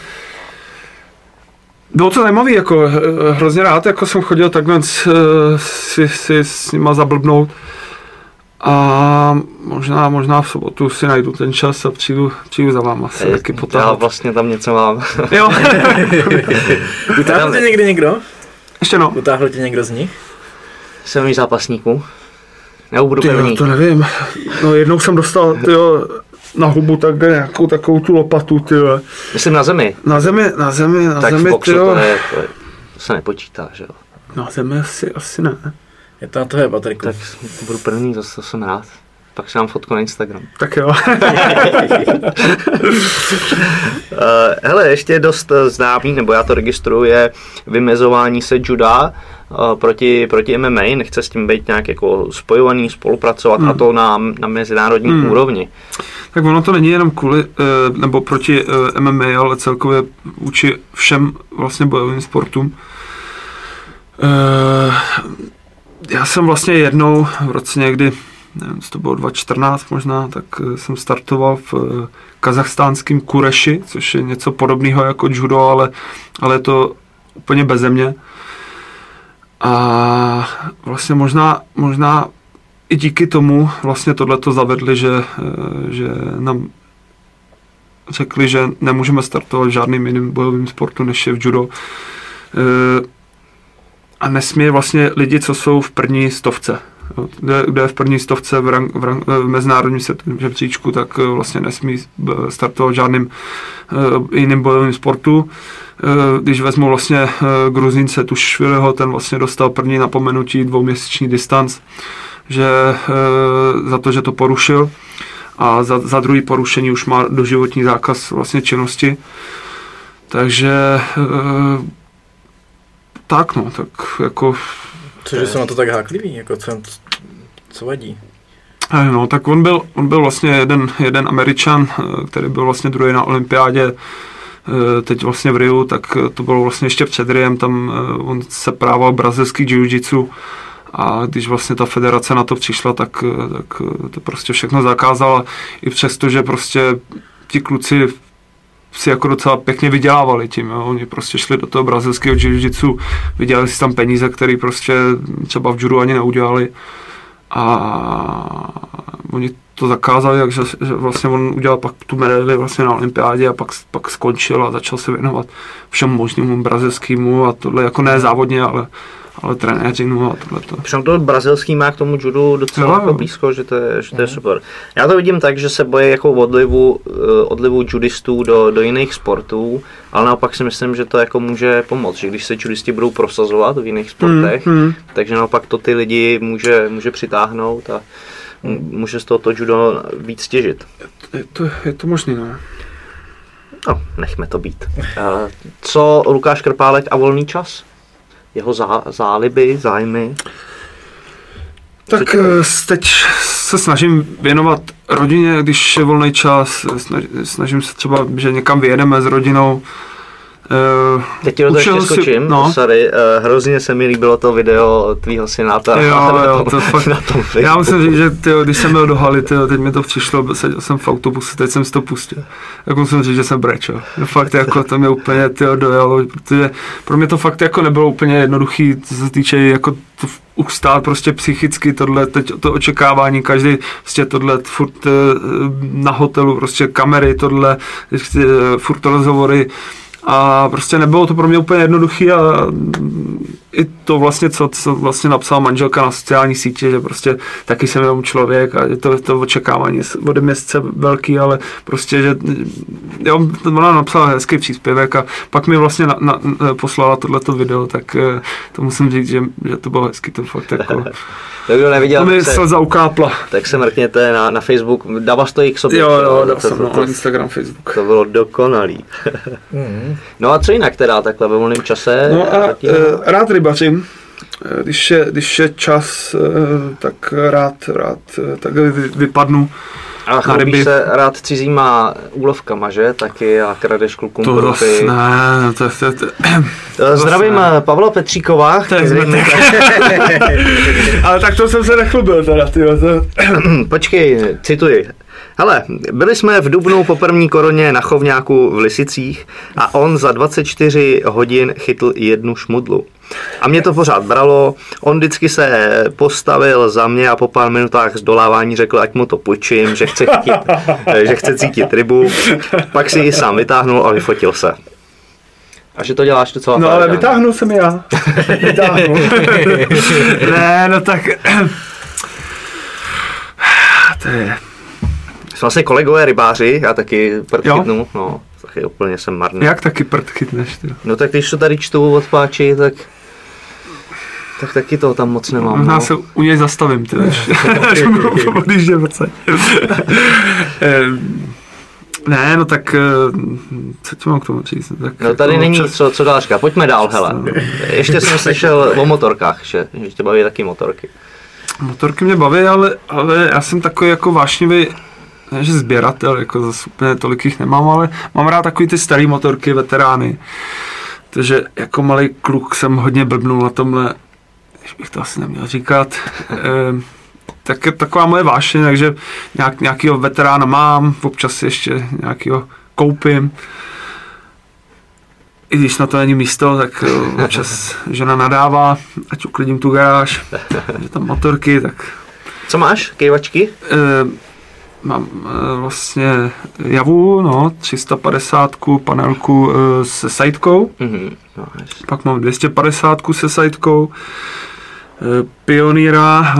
bylo to zajímavé, jako hrozně rád, jako jsem chodil takhle si s nima zablbnout a možná v sobotu si najdu ten čas a přijdu za váma se taky potáhat. Já vlastně tam něco mám. Jo. Utáhl tě někdy někdo? Ještě no. Utáhl tě někdo z nich? Jsem zápasníků. Nebo budu první. To nevím. No jednou jsem dostal, na hubu takhle nějakou takovou tu lopatu, tyjo. Myslím na zemi. Na zemi, tak v boxu to se nepočítá, že jo. Na zemi asi ne. Je to na tebe, Patriku. Tak budu první, zase jsem rád. Pak si dám fotku na Instagram. Tak jo. Hele, ještě dost známý, nebo já to registruji, je vymezování se juda proti MMA. Nechce s tím být nějak jako spojovaný, spolupracovat a to na mezinárodní úrovni. Tak ono to není jenom kvůli, nebo proti MMA, ale celkově vůči všem vlastně bojovým sportům. Já jsem vlastně jednou v roce někdy, nevím, to bylo 2014 možná, tak jsem startoval v kazachstánském Kureši, což je něco podobného jako judo, ale je to úplně beze mě. A vlastně možná i díky tomu vlastně tohleto zavedli, že nám řekli, že nemůžeme startovat v žádným jiným bojovým sportu, než je v judo. A nesmí vlastně lidi, co jsou v první stovce. Kdo je v první stovce v mezinárodním žebříčku, tak vlastně nesmí startovat v žádným jiným bojovým sportu. Když vezmu vlastně Gruzínce Tušvileho, ten vlastně dostal první napomenutí 2měsíční distanc, že za to, že to porušil, a za druhý porušení už má doživotní zákaz vlastně činnosti. Takže tak jako... Cože jsou na to tak háklivý, jako co vadí? No, tak on byl vlastně jeden Američan, který byl vlastně druhý na olympiádě, teď vlastně v Riu, tak to bylo vlastně ještě před Riem, tam on se prával brazilský jiu-jitsu a když vlastně ta federace na to přišla, tak to prostě všechno zakázala, i přesto, že prostě ti kluci si jako docela pěkně vydělávali tím, jo. Oni prostě šli do toho brazilského jiu-jitsu, vydělali si tam peníze, které prostě třeba v judu ani neudělali a oni to zakázali, takže že vlastně on udělal pak tu medaili vlastně na olympiádě a pak skončil a začal se věnovat všem možnému brazilskému a tohle jako ne závodně, ale trenéřinu a tohleto. Přitom to brazilský má k tomu judu docela jako blízko, že to je super. Já to vidím tak, že se bojí jako odlivu judistů do jiných sportů, ale naopak si myslím, že to jako může pomoct, že když se judisti budou prosazovat v jiných sportech, takže naopak to ty lidi může přitáhnout a může z tohoto judo víc těžit. Je to možný, no. No, nechme to být. Co Lukáš Krpálek a volný čas? Jeho záliby, zájmy? Tak teď se snažím věnovat rodině, když je volný čas, snažím se třeba, že někam vyjedeme s rodinou. Teď ti do toho ještě skočím, sorry, hrozně se mi líbilo to video tvýho synáta. Jo, to fakt, já musím říct, že když jsem byl do haly, teď mi to přišlo, seděl jsem v autobuse, teď jsem si to pustil. Tak musím říct, že jsem brečel. Fakt jako to mě úplně dojalo, protože pro mě to fakt jako nebylo úplně jednoduchý, co se týče jako to ustát prostě psychicky tohle, teď to očekávání, každý prostě tohle furt na hotelu, prostě kamery, tohle, furt rozhovory. A prostě nebylo to pro mě úplně jednoduchý a i to vlastně, co vlastně napsala manželka na sociální sítě, že prostě taky jsem jenom člověk a je to očekávání ode mě sice velký, ale prostě, že jo, ona napsala hezký příspěvek a pak mi vlastně poslala tohleto video, tak to musím říct, že to bylo hezký, to fakt jako... To kdo neviděl, to mi slza ukápla. Tak se mrkněte na Facebook, dává to i k sobě. Jo, dal jsem na Instagram, Facebook. To bylo dokonalý. No a co jinak teda takhle ve volném čase? No a rád rybařím. Když je čas, tak rád takhle vypadnu. A chlubíš se rád cizíma úlovkama, že? Taky a kradeš klukům to brupy. Ne, Zdravím Pavla Petříková. Ale tak to jsem se nechlubil teda, tyjo. Počkej, cituji. Hele, byli jsme v dubnu po první koroně na chovňáku v Lisicích a on za 24 hodin chytl 1 šmudlu. A mě to pořád bralo, on vždycky se postavil za mě a po pár minutách zdolávání řekl, ať mu to půjčím, že chce cítit rybu, pak si ji sám vytáhnul a vyfotil se. A že to děláš docela No ale vytáhnul jsem já. Vytáhnul. Ne, no tak... To je... Jsme vlastně kolegové rybáři, já taky prd chytnu, no, taky úplně jsem marný. Jak taky prd chytneš, ty? No tak když to tady čtu od Páči, tak taky toho tam moc nemám. Možná no. Se u něj zastavím, ty když je Ne, no tak, co ti mám k tomu říct? Tak no tady není co dál říkat, pojďme dál, hele. Ještě jsem slyšel o motorkách, že tě baví taky motorky. Motorky mě baví, ale já jsem takový jako vášnivý, ne že sběratel, jako zase úplně tolik jich nemám, ale mám rád takový ty starý motorky, veterány. Takže jako malý kluk jsem hodně blbnul na tomhle, když bych to asi neměl říkat. Tak je taková moje vášeň, takže nějakýho veterána mám, občas ještě nějakýho koupím. I když na to není místo, tak občas žena nadává, ať uklidím tu garáž, že tam motorky, tak... Co máš? Kejvačky? Mám vlastně Javu, no, 350 panelku se sajtkou, pak mám 250 se sajtkou, Pioneera,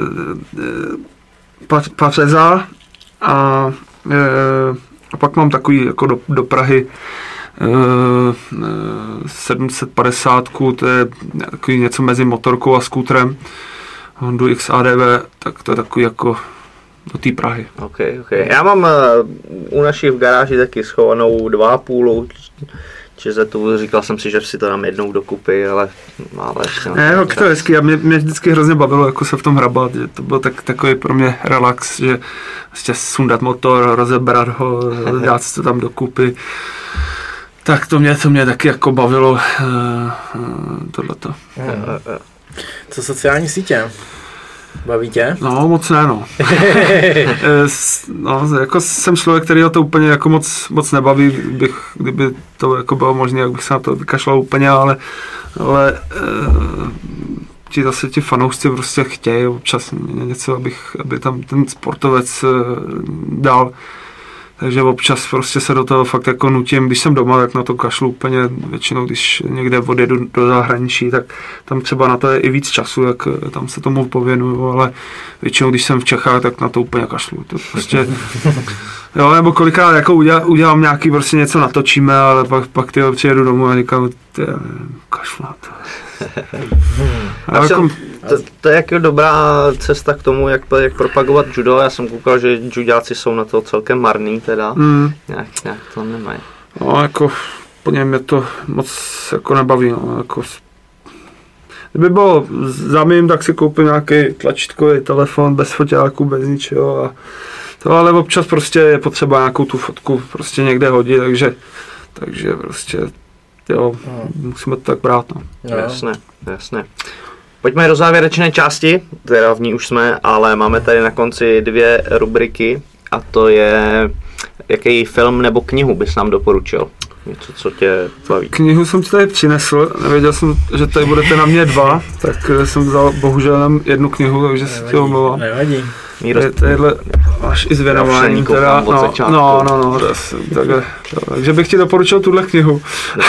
Pařeza a pak mám takový jako do Prahy 750, to je takový něco mezi motorkou a skútrem, Hondu XADV, tak to je takový jako do té Prahy. Okay. Já mám u naší v garáži taky schovanou 2,5 Čezetu, říkal jsem si, že si to dám jednou dokupy, ale ještě... Ne, to je hezký a mě vždycky hrozně bavilo jako se v tom hrabat, že to byl takový pro mě relax, že vlastně sundat motor, rozebrat ho, dát si to tam dokupy. Tak to mě taky jako bavilo tohleto. Co sociální sítě? Baví tě? No, moc ne, no. No, jako jsem člověk, kterýho to úplně jako moc nebaví, kdyby to jako bylo možné, jak bych se na to vykašlal úplně, ale ti fanoušci prostě chtějí občas něco, aby tam ten sportovec dal. Takže občas prostě se do toho fakt jako nutím, když jsem doma, tak na to kašlu úplně většinou, když někde odjedu do zahraničí, tak tam třeba na to je i víc času, jak tam se tomu pověnuju, ale většinou, když jsem v Čechách, tak na to úplně kašlu. To prostě, jo, nebo kolikrát jako udělám nějaký, prostě něco natočíme, ale pak přijedu domů a říkám, kašlu na to. To je jako dobrá cesta k tomu, jak propagovat judo. Já jsem koukal, že judáci jsou na to celkem marný teda. Nějak to nemají. No jako po něm mě to moc jako nebaví. No, jako, kdyby bylo za mým, tak si koupím nějaký tlačítkový telefon bez foťáku, bez ničeho. A to, ale občas prostě je potřeba nějakou tu fotku prostě někde hodit, takže prostě jo, musíme to tak brát. No. Jasné. Pojďme do závěrečné části, teda v ní už jsme, ale máme tady na konci 2 rubriky a to je, jaký film nebo knihu bys nám doporučil? Něco, co tě baví. Knihu jsem ti tady přinesl, nevěděl jsem, že tady budete na mě 2, tak jsem vzal bohužel jenom 1 knihu, takže si to omlouvám. Nevadí. Tadyhle až i s věnováním teda, no, takže bych ti doporučil tuhle knihu.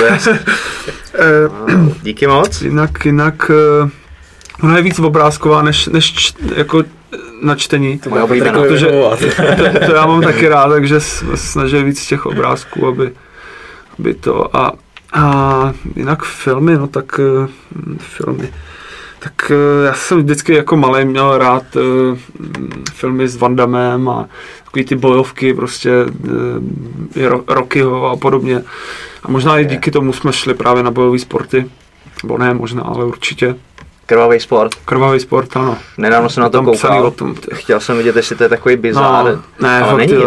Díky moc. Jinak ona je víc obrázková, než jako na čtení. To já mám taky rád, takže snažím víc těch obrázků, aby to a jinak filmy, no tak filmy. Tak já jsem vždycky jako malý měl rád filmy s Van Dammem a takový ty bojovky, prostě Rockyho a podobně. A možná i díky tomu jsme šli právě na bojové sporty. Nebo ne možná, ale určitě. Krvavý sport. Krvavý sport, ano. Nedávno jsem na to koukal. Chtěl jsem vidět, jestli to je takový bizár. No, ne, ale není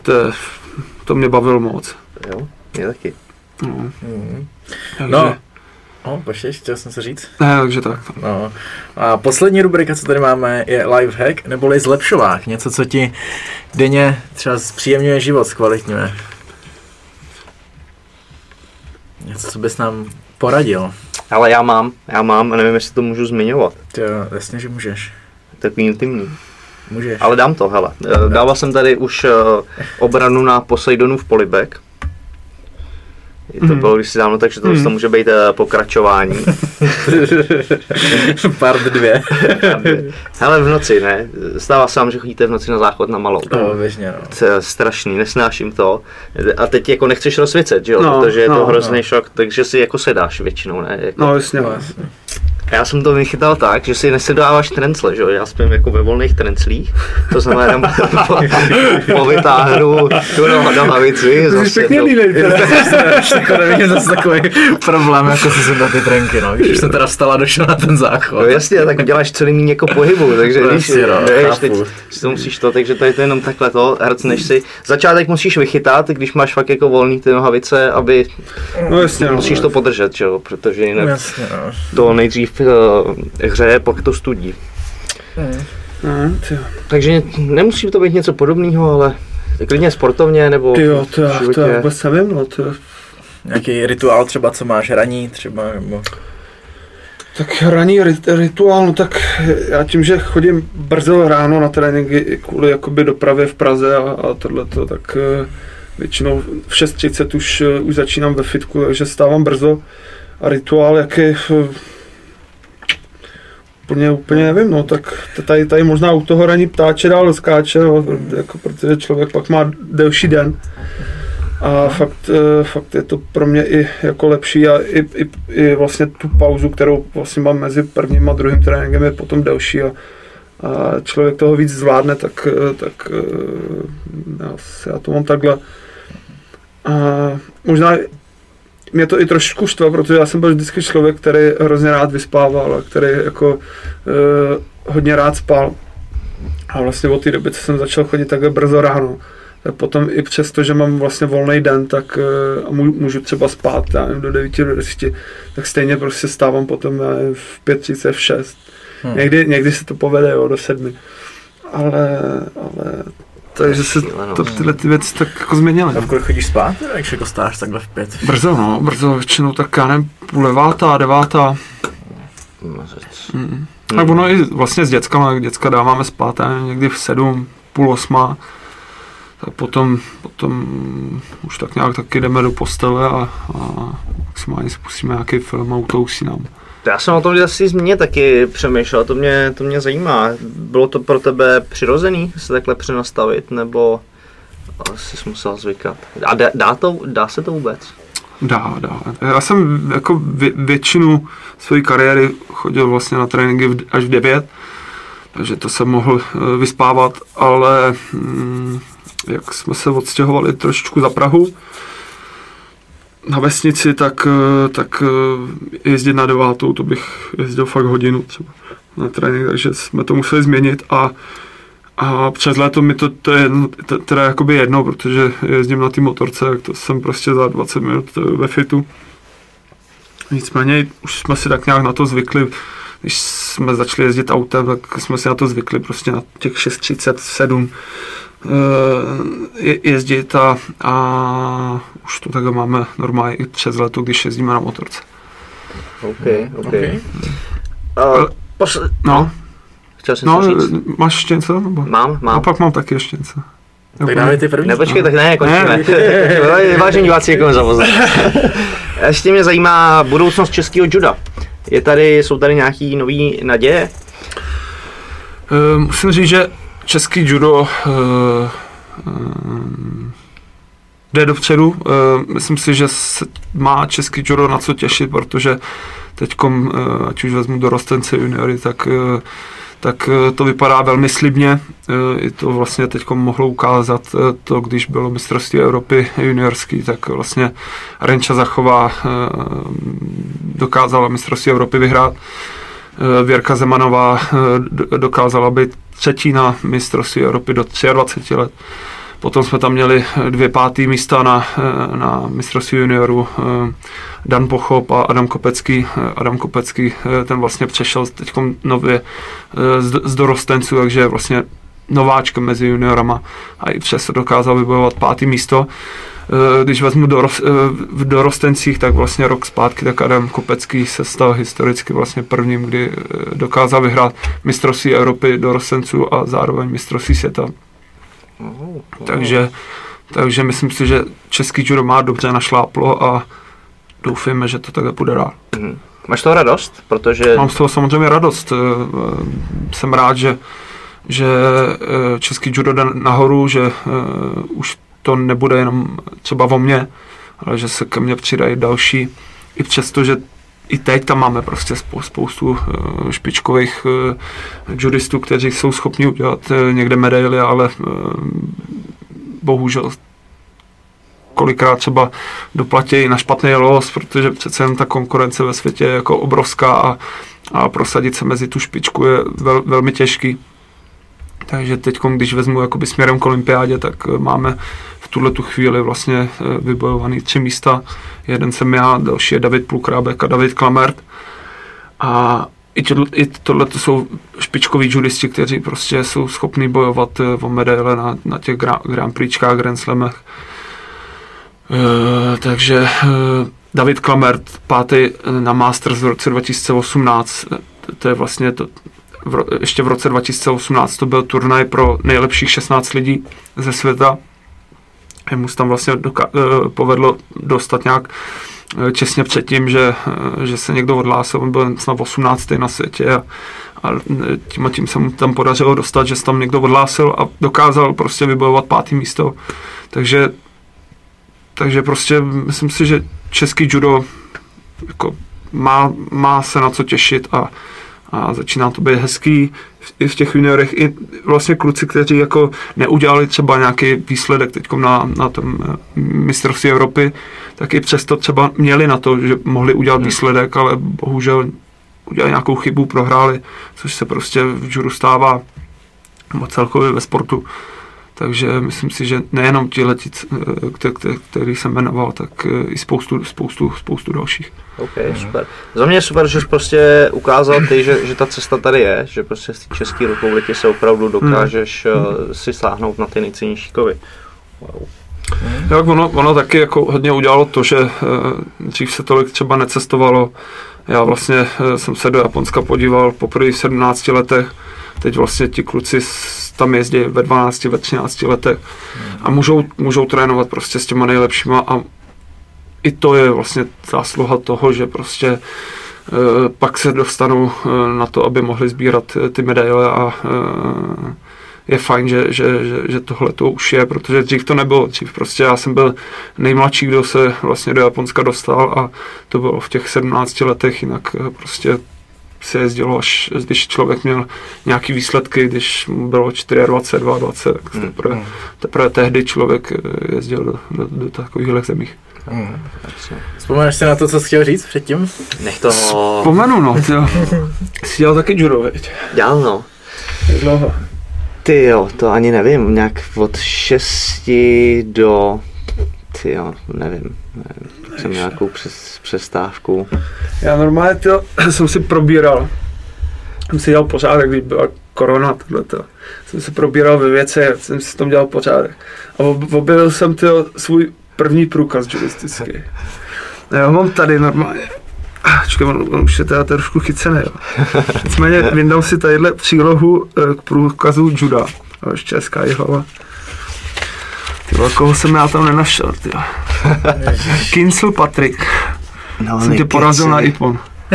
to mě bavilo moc. Jo, je taky. Takže, Počkej, chtěl jsem se říct. Ne, takže tak. No. A poslední rubrika, co tady máme, je lifehack, neboli zlepšovák. Něco, co ti denně třeba zpříjemňuje život, zkvalitňuje. Něco, co bys nám poradil. Ale já mám a nevím, jestli to můžu zmiňovat. Jo, jasně, že můžeš. Takový intimní. Můžeš. Ale dám to, hele. Dával jsem tady už obranu na Poseidonův polibek. To bylo když si dávno, takže to může být pokračování. Part 2. Hele, v noci, ne? Stává se vám, že chodíte v noci na záchod na malou. No, běžně, no. To je strašný, nesnáším to. A teď jako nechceš rozsvěcet, že jo? Protože je to hrozný šok, takže si jako sedáš většinou, ne? Jako... No, jasně. A já jsem to vychytal tak, že si nesedáváš trencle, že jo? Já spím jako ve volných trenclích, to znamená, povytáhnu tu do hlavici. Jsi pěkně línej, Nevím, zase takový problém, jako si sedat ty trenky, no. Když jsem teda vstala a došla na ten záchod. No jasně, tak děláš celý míň jako pohybu, takže když teď si to musíš to, takže tady to jenom takhle to, hrcneš si. Začátek musíš vychytat, když máš fakt jako volný ty nohavice, aby musíš to podržet, že jo, protože jinak to nejdřív hřeje, pak to studí. Takže nemusí to být něco podobného, ale klidně sportovně nebo to já vůbec nevím, no to... Nějaký rituál třeba, co máš, raní třeba, nebo... Tak ranní rituál, no tak já tím, že chodím brzo ráno na tréninky kvůli jakoby dopravě v Praze a tohleto, tak většinou v 6:30 už začínám ve fitku, takže stávám brzo a rituál, jaký úplně nevím, no tak tady možná u toho raní ptáče dál skáče, no, jako protože člověk pak má delší den. A fakt je to pro mě i jako lepší a i vlastně tu pauzu, kterou vlastně mám mezi prvním a druhým tréninkem, je potom delší a člověk toho víc zvládne, tak já to mám takhle. A možná mě to i trošku štve, protože já jsem byl vždycky člověk, který hrozně rád vyspával a který jako hodně rád spal. A vlastně od té doby, co jsem začal chodit takhle brzo ráno, tak potom i přesto, že mám vlastně volný den, tak můžu třeba spát, já nevím, do 9, do 10, tak stejně prostě stávám potom v 5:30, v 6. Někdy se to povede, jo, do 7. Ale takže se tyhle ty věci tak jako změnily. A v kolik chodíš spát, když jako stáš takhle v 5? Brzo většinou, tak já nevím, 8:30, 9. Tak ono i vlastně s dětskama, děcka dáváme spát, někdy v 7, 7:30. Tak potom už tak nějak taky jdeme do postele a maximálně spustíme nějaký film a utousínám. Já jsem o tom asi zmíně taky přemýšlel, to mě zajímá. Bylo to pro tebe přirozený se takhle přenastavit, nebo jsi musel zvykat? A dá se to vůbec? Dá. Já jsem jako většinu své kariéry chodil vlastně na tréninky až v 9, takže to jsem mohl vyspávat, ale jak jsme se odstěhovali trošičku za Prahu na vesnici, tak jezdit na 9, to bych jezdil fakt hodinu třeba na trénink, takže jsme to museli změnit a přes léto mi to je teda jakoby jedno, protože jezdím na té motorce, tak to jsem prostě za 20 minut ve fitu. Nicméně už jsme si tak nějak na to zvykli, když jsme začali jezdit autem, tak jsme si na to zvykli prostě na těch 6:37 jezdit a už to takhle máme normálně i přes leto, když jezdíme na motorce. OK. Chtěl jsem říct. Máš ještě něco? Mám. A pak mám taky ještě něco. Tak dáme ty první. Nepočkej, tak ne, končíme. Vážení diváci, děkujeme za pozornost. Ještě mě zajímá budoucnost českého juda. Jsou tady nějaký nový naděje? Musím říct, že český judo jde dopředu. Myslím si, že má český judo na co těšit, protože teďkom, ať už vezmu dorostence juniory, tak to vypadá velmi slibně. I to vlastně teďkom mohlo ukázat to, když bylo mistrovství Evropy juniorský, tak vlastně Renča Zachová dokázala mistrovství Evropy vyhrát. Věrka Zemanová dokázala být třetí na mistrovství Evropy do 23 let. Potom jsme tam měli 2 pátý místa na mistrovství juniorů, Dan Pochop a Adam Kopecký. Adam Kopecký ten vlastně přešel teď nově z dorostenců, takže vlastně nováčkem mezi juniorama a i přesto dokázal vybojovat 5. místo. Když vezmu v dorostencích, tak vlastně rok zpátky, tak Adam Kopecký se stal historicky vlastně prvním, kdy dokázal vyhrát mistrovství Evropy dorostenců a zároveň mistrovství světa. Takže myslím si, že český judo má dobře našláplo a doufujeme, že to takhle půjde dál. Máš toho radost? Protože... Mám z toho samozřejmě radost. Jsem rád, že český judo jde nahoru, že už to nebude jenom třeba o mně, ale že se ke mně přidají další. I přesto, že i teď tam máme prostě spoustu špičkových judistů, kteří jsou schopni udělat někde medaily, ale bohužel kolikrát třeba doplatí na špatný los, protože přece jen ta konkurence ve světě je jako obrovská a prosadit se mezi tu špičku je velmi těžký. Takže teď, když vezmu jakoby směrem k olympiádě, tak máme v tuhletu chvíli vlastně vybojovaný 3 místa. Jeden jsem já, další je David Plukrábek a David Klamert. A i tohle jsou špičkoví judisti, kteří prostě jsou schopní bojovat o medaile na těch Grand Prixkách, Grand Slamech. Takže David Klamert, 5. na Masters v roce 2018, to je vlastně to. Ještě v roce 2018 to byl turnaj pro nejlepších 16 lidí ze světa. Jemu se tam vlastně povedlo dostat nějak těsně předtím, že se někdo odhlásil, on byl snad 18. na světě a tím se mu tam podařilo dostat, že se tam někdo odhlásil a dokázal prostě vybojovat 5. místo. Takže prostě myslím si, že český judo jako má se na co těšit a začíná to být hezký i v těch juniorech, i vlastně kluci, kteří jako neudělali třeba nějaký výsledek teď na tom mistrovství Evropy, tak i přesto třeba měli na to, že mohli udělat výsledek, ale bohužel udělali nějakou chybu, prohráli, což se prostě v judu stává celkově ve sportu. Takže myslím si, že nejenom tihleti, který jsem jmenoval, tak i spoustu dalších. OK, super. Za mě je super, že jsi prostě ukázal ty, že ta cesta tady je, že prostě z té České republiky se opravdu dokážeš si sáhnout na ty nejcennější kovy. Wow. Tak ono taky jako hodně udělalo to, že dřív se tolik třeba necestovalo. Já vlastně jsem se do Japonska podíval poprvé v 17 letech. Teď vlastně ti kluci tam jezdí ve 12, ve 13 letech a můžou trénovat prostě s těma nejlepšíma a i to je vlastně zásluha toho, že prostě pak se dostanou na to, aby mohli sbírat ty medaile a je fajn, že tohle to už je, protože dřív to nebylo. Dřív prostě já jsem byl nejmladší, kdo se vlastně do Japonska dostal a to bylo v těch 17 letech, jinak prostě se jezdilo, až když člověk měl nějaký výsledky, když mu bylo 24, 22, tak teprve tehdy člověk jezdil do takových zemích. Vzpomeneš si na to, co jsi chtěl říct předtím? Nech toho... Vzpomenu, no, tyjo. Jsi dělal taky judo, veď? Dělal, no. Dlouho. Ty jo, to ani nevím, nějak od 6 do... Ty jo, nevím. Jsem nějakou přestávku. Já normálně jsem si probíral. Jsem si dělal pořádek, když byla korona, tohleto. Jsem si probíral ve věci, jsem si tam dělal pořádek. A objevil jsem svůj první průkaz judistický. Já mám tady normálně. Čekaj, on už je teda trošku chycený, jo. Nicméně vyndal si tadyhle přílohu k průkazu juda. A ještě hezká je hlava. Tyhle, koho jsem já tam nenašel, tyhle. Kincel Patrik. No, jsem tě porazil na Ippon.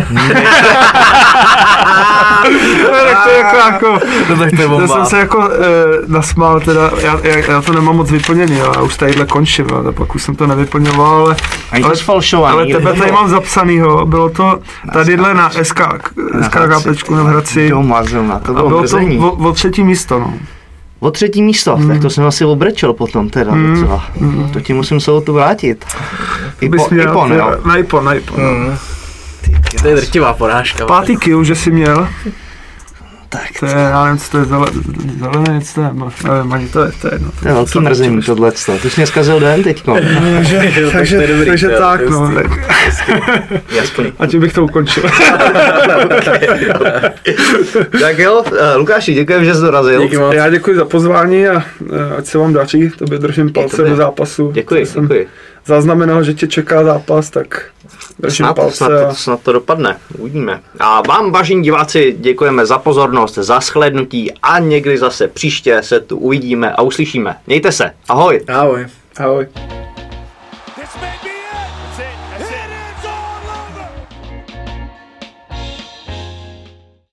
Tak to je jako to jsem se jako nasmál, teda já to nemám moc vyplněný, já už tadyhle končím, ale pak už jsem to nevyplňoval, ale tebe tady mám zapsanýho, bylo to tadyhle na SKKPčku na Hradci a bylo to o 3. místo, no. O 3. místo, tak to jsem asi obrečel potom teda docela. To ti musím sobotu vrátit. Ippon, jo? Na Ippon. To je drtivá porážka. 5. kil, že jsi měl? To je, já nevím, co to je zelené, co to je, nevím, ani to je jedno. To je velký mrzení tohleto, ty jsi mě zkazil den teďko. Takže tak, no. A tím bych to ukončil. Tak jo, Lukáši, děkuji, že jsi dorazil. Já děkuji za pozvání a ať se vám daří, tobě držím palce do zápasu. Děkuji. Zaznamenal, že tě čeká zápas, tak držím palce. Snad to dopadne, uvidíme. A vám, vážení diváci, děkujeme za pozornost, za shlédnutí a někdy zase příště se tu uvidíme a uslyšíme. Mějte se, ahoj. Ahoj. Ahoj.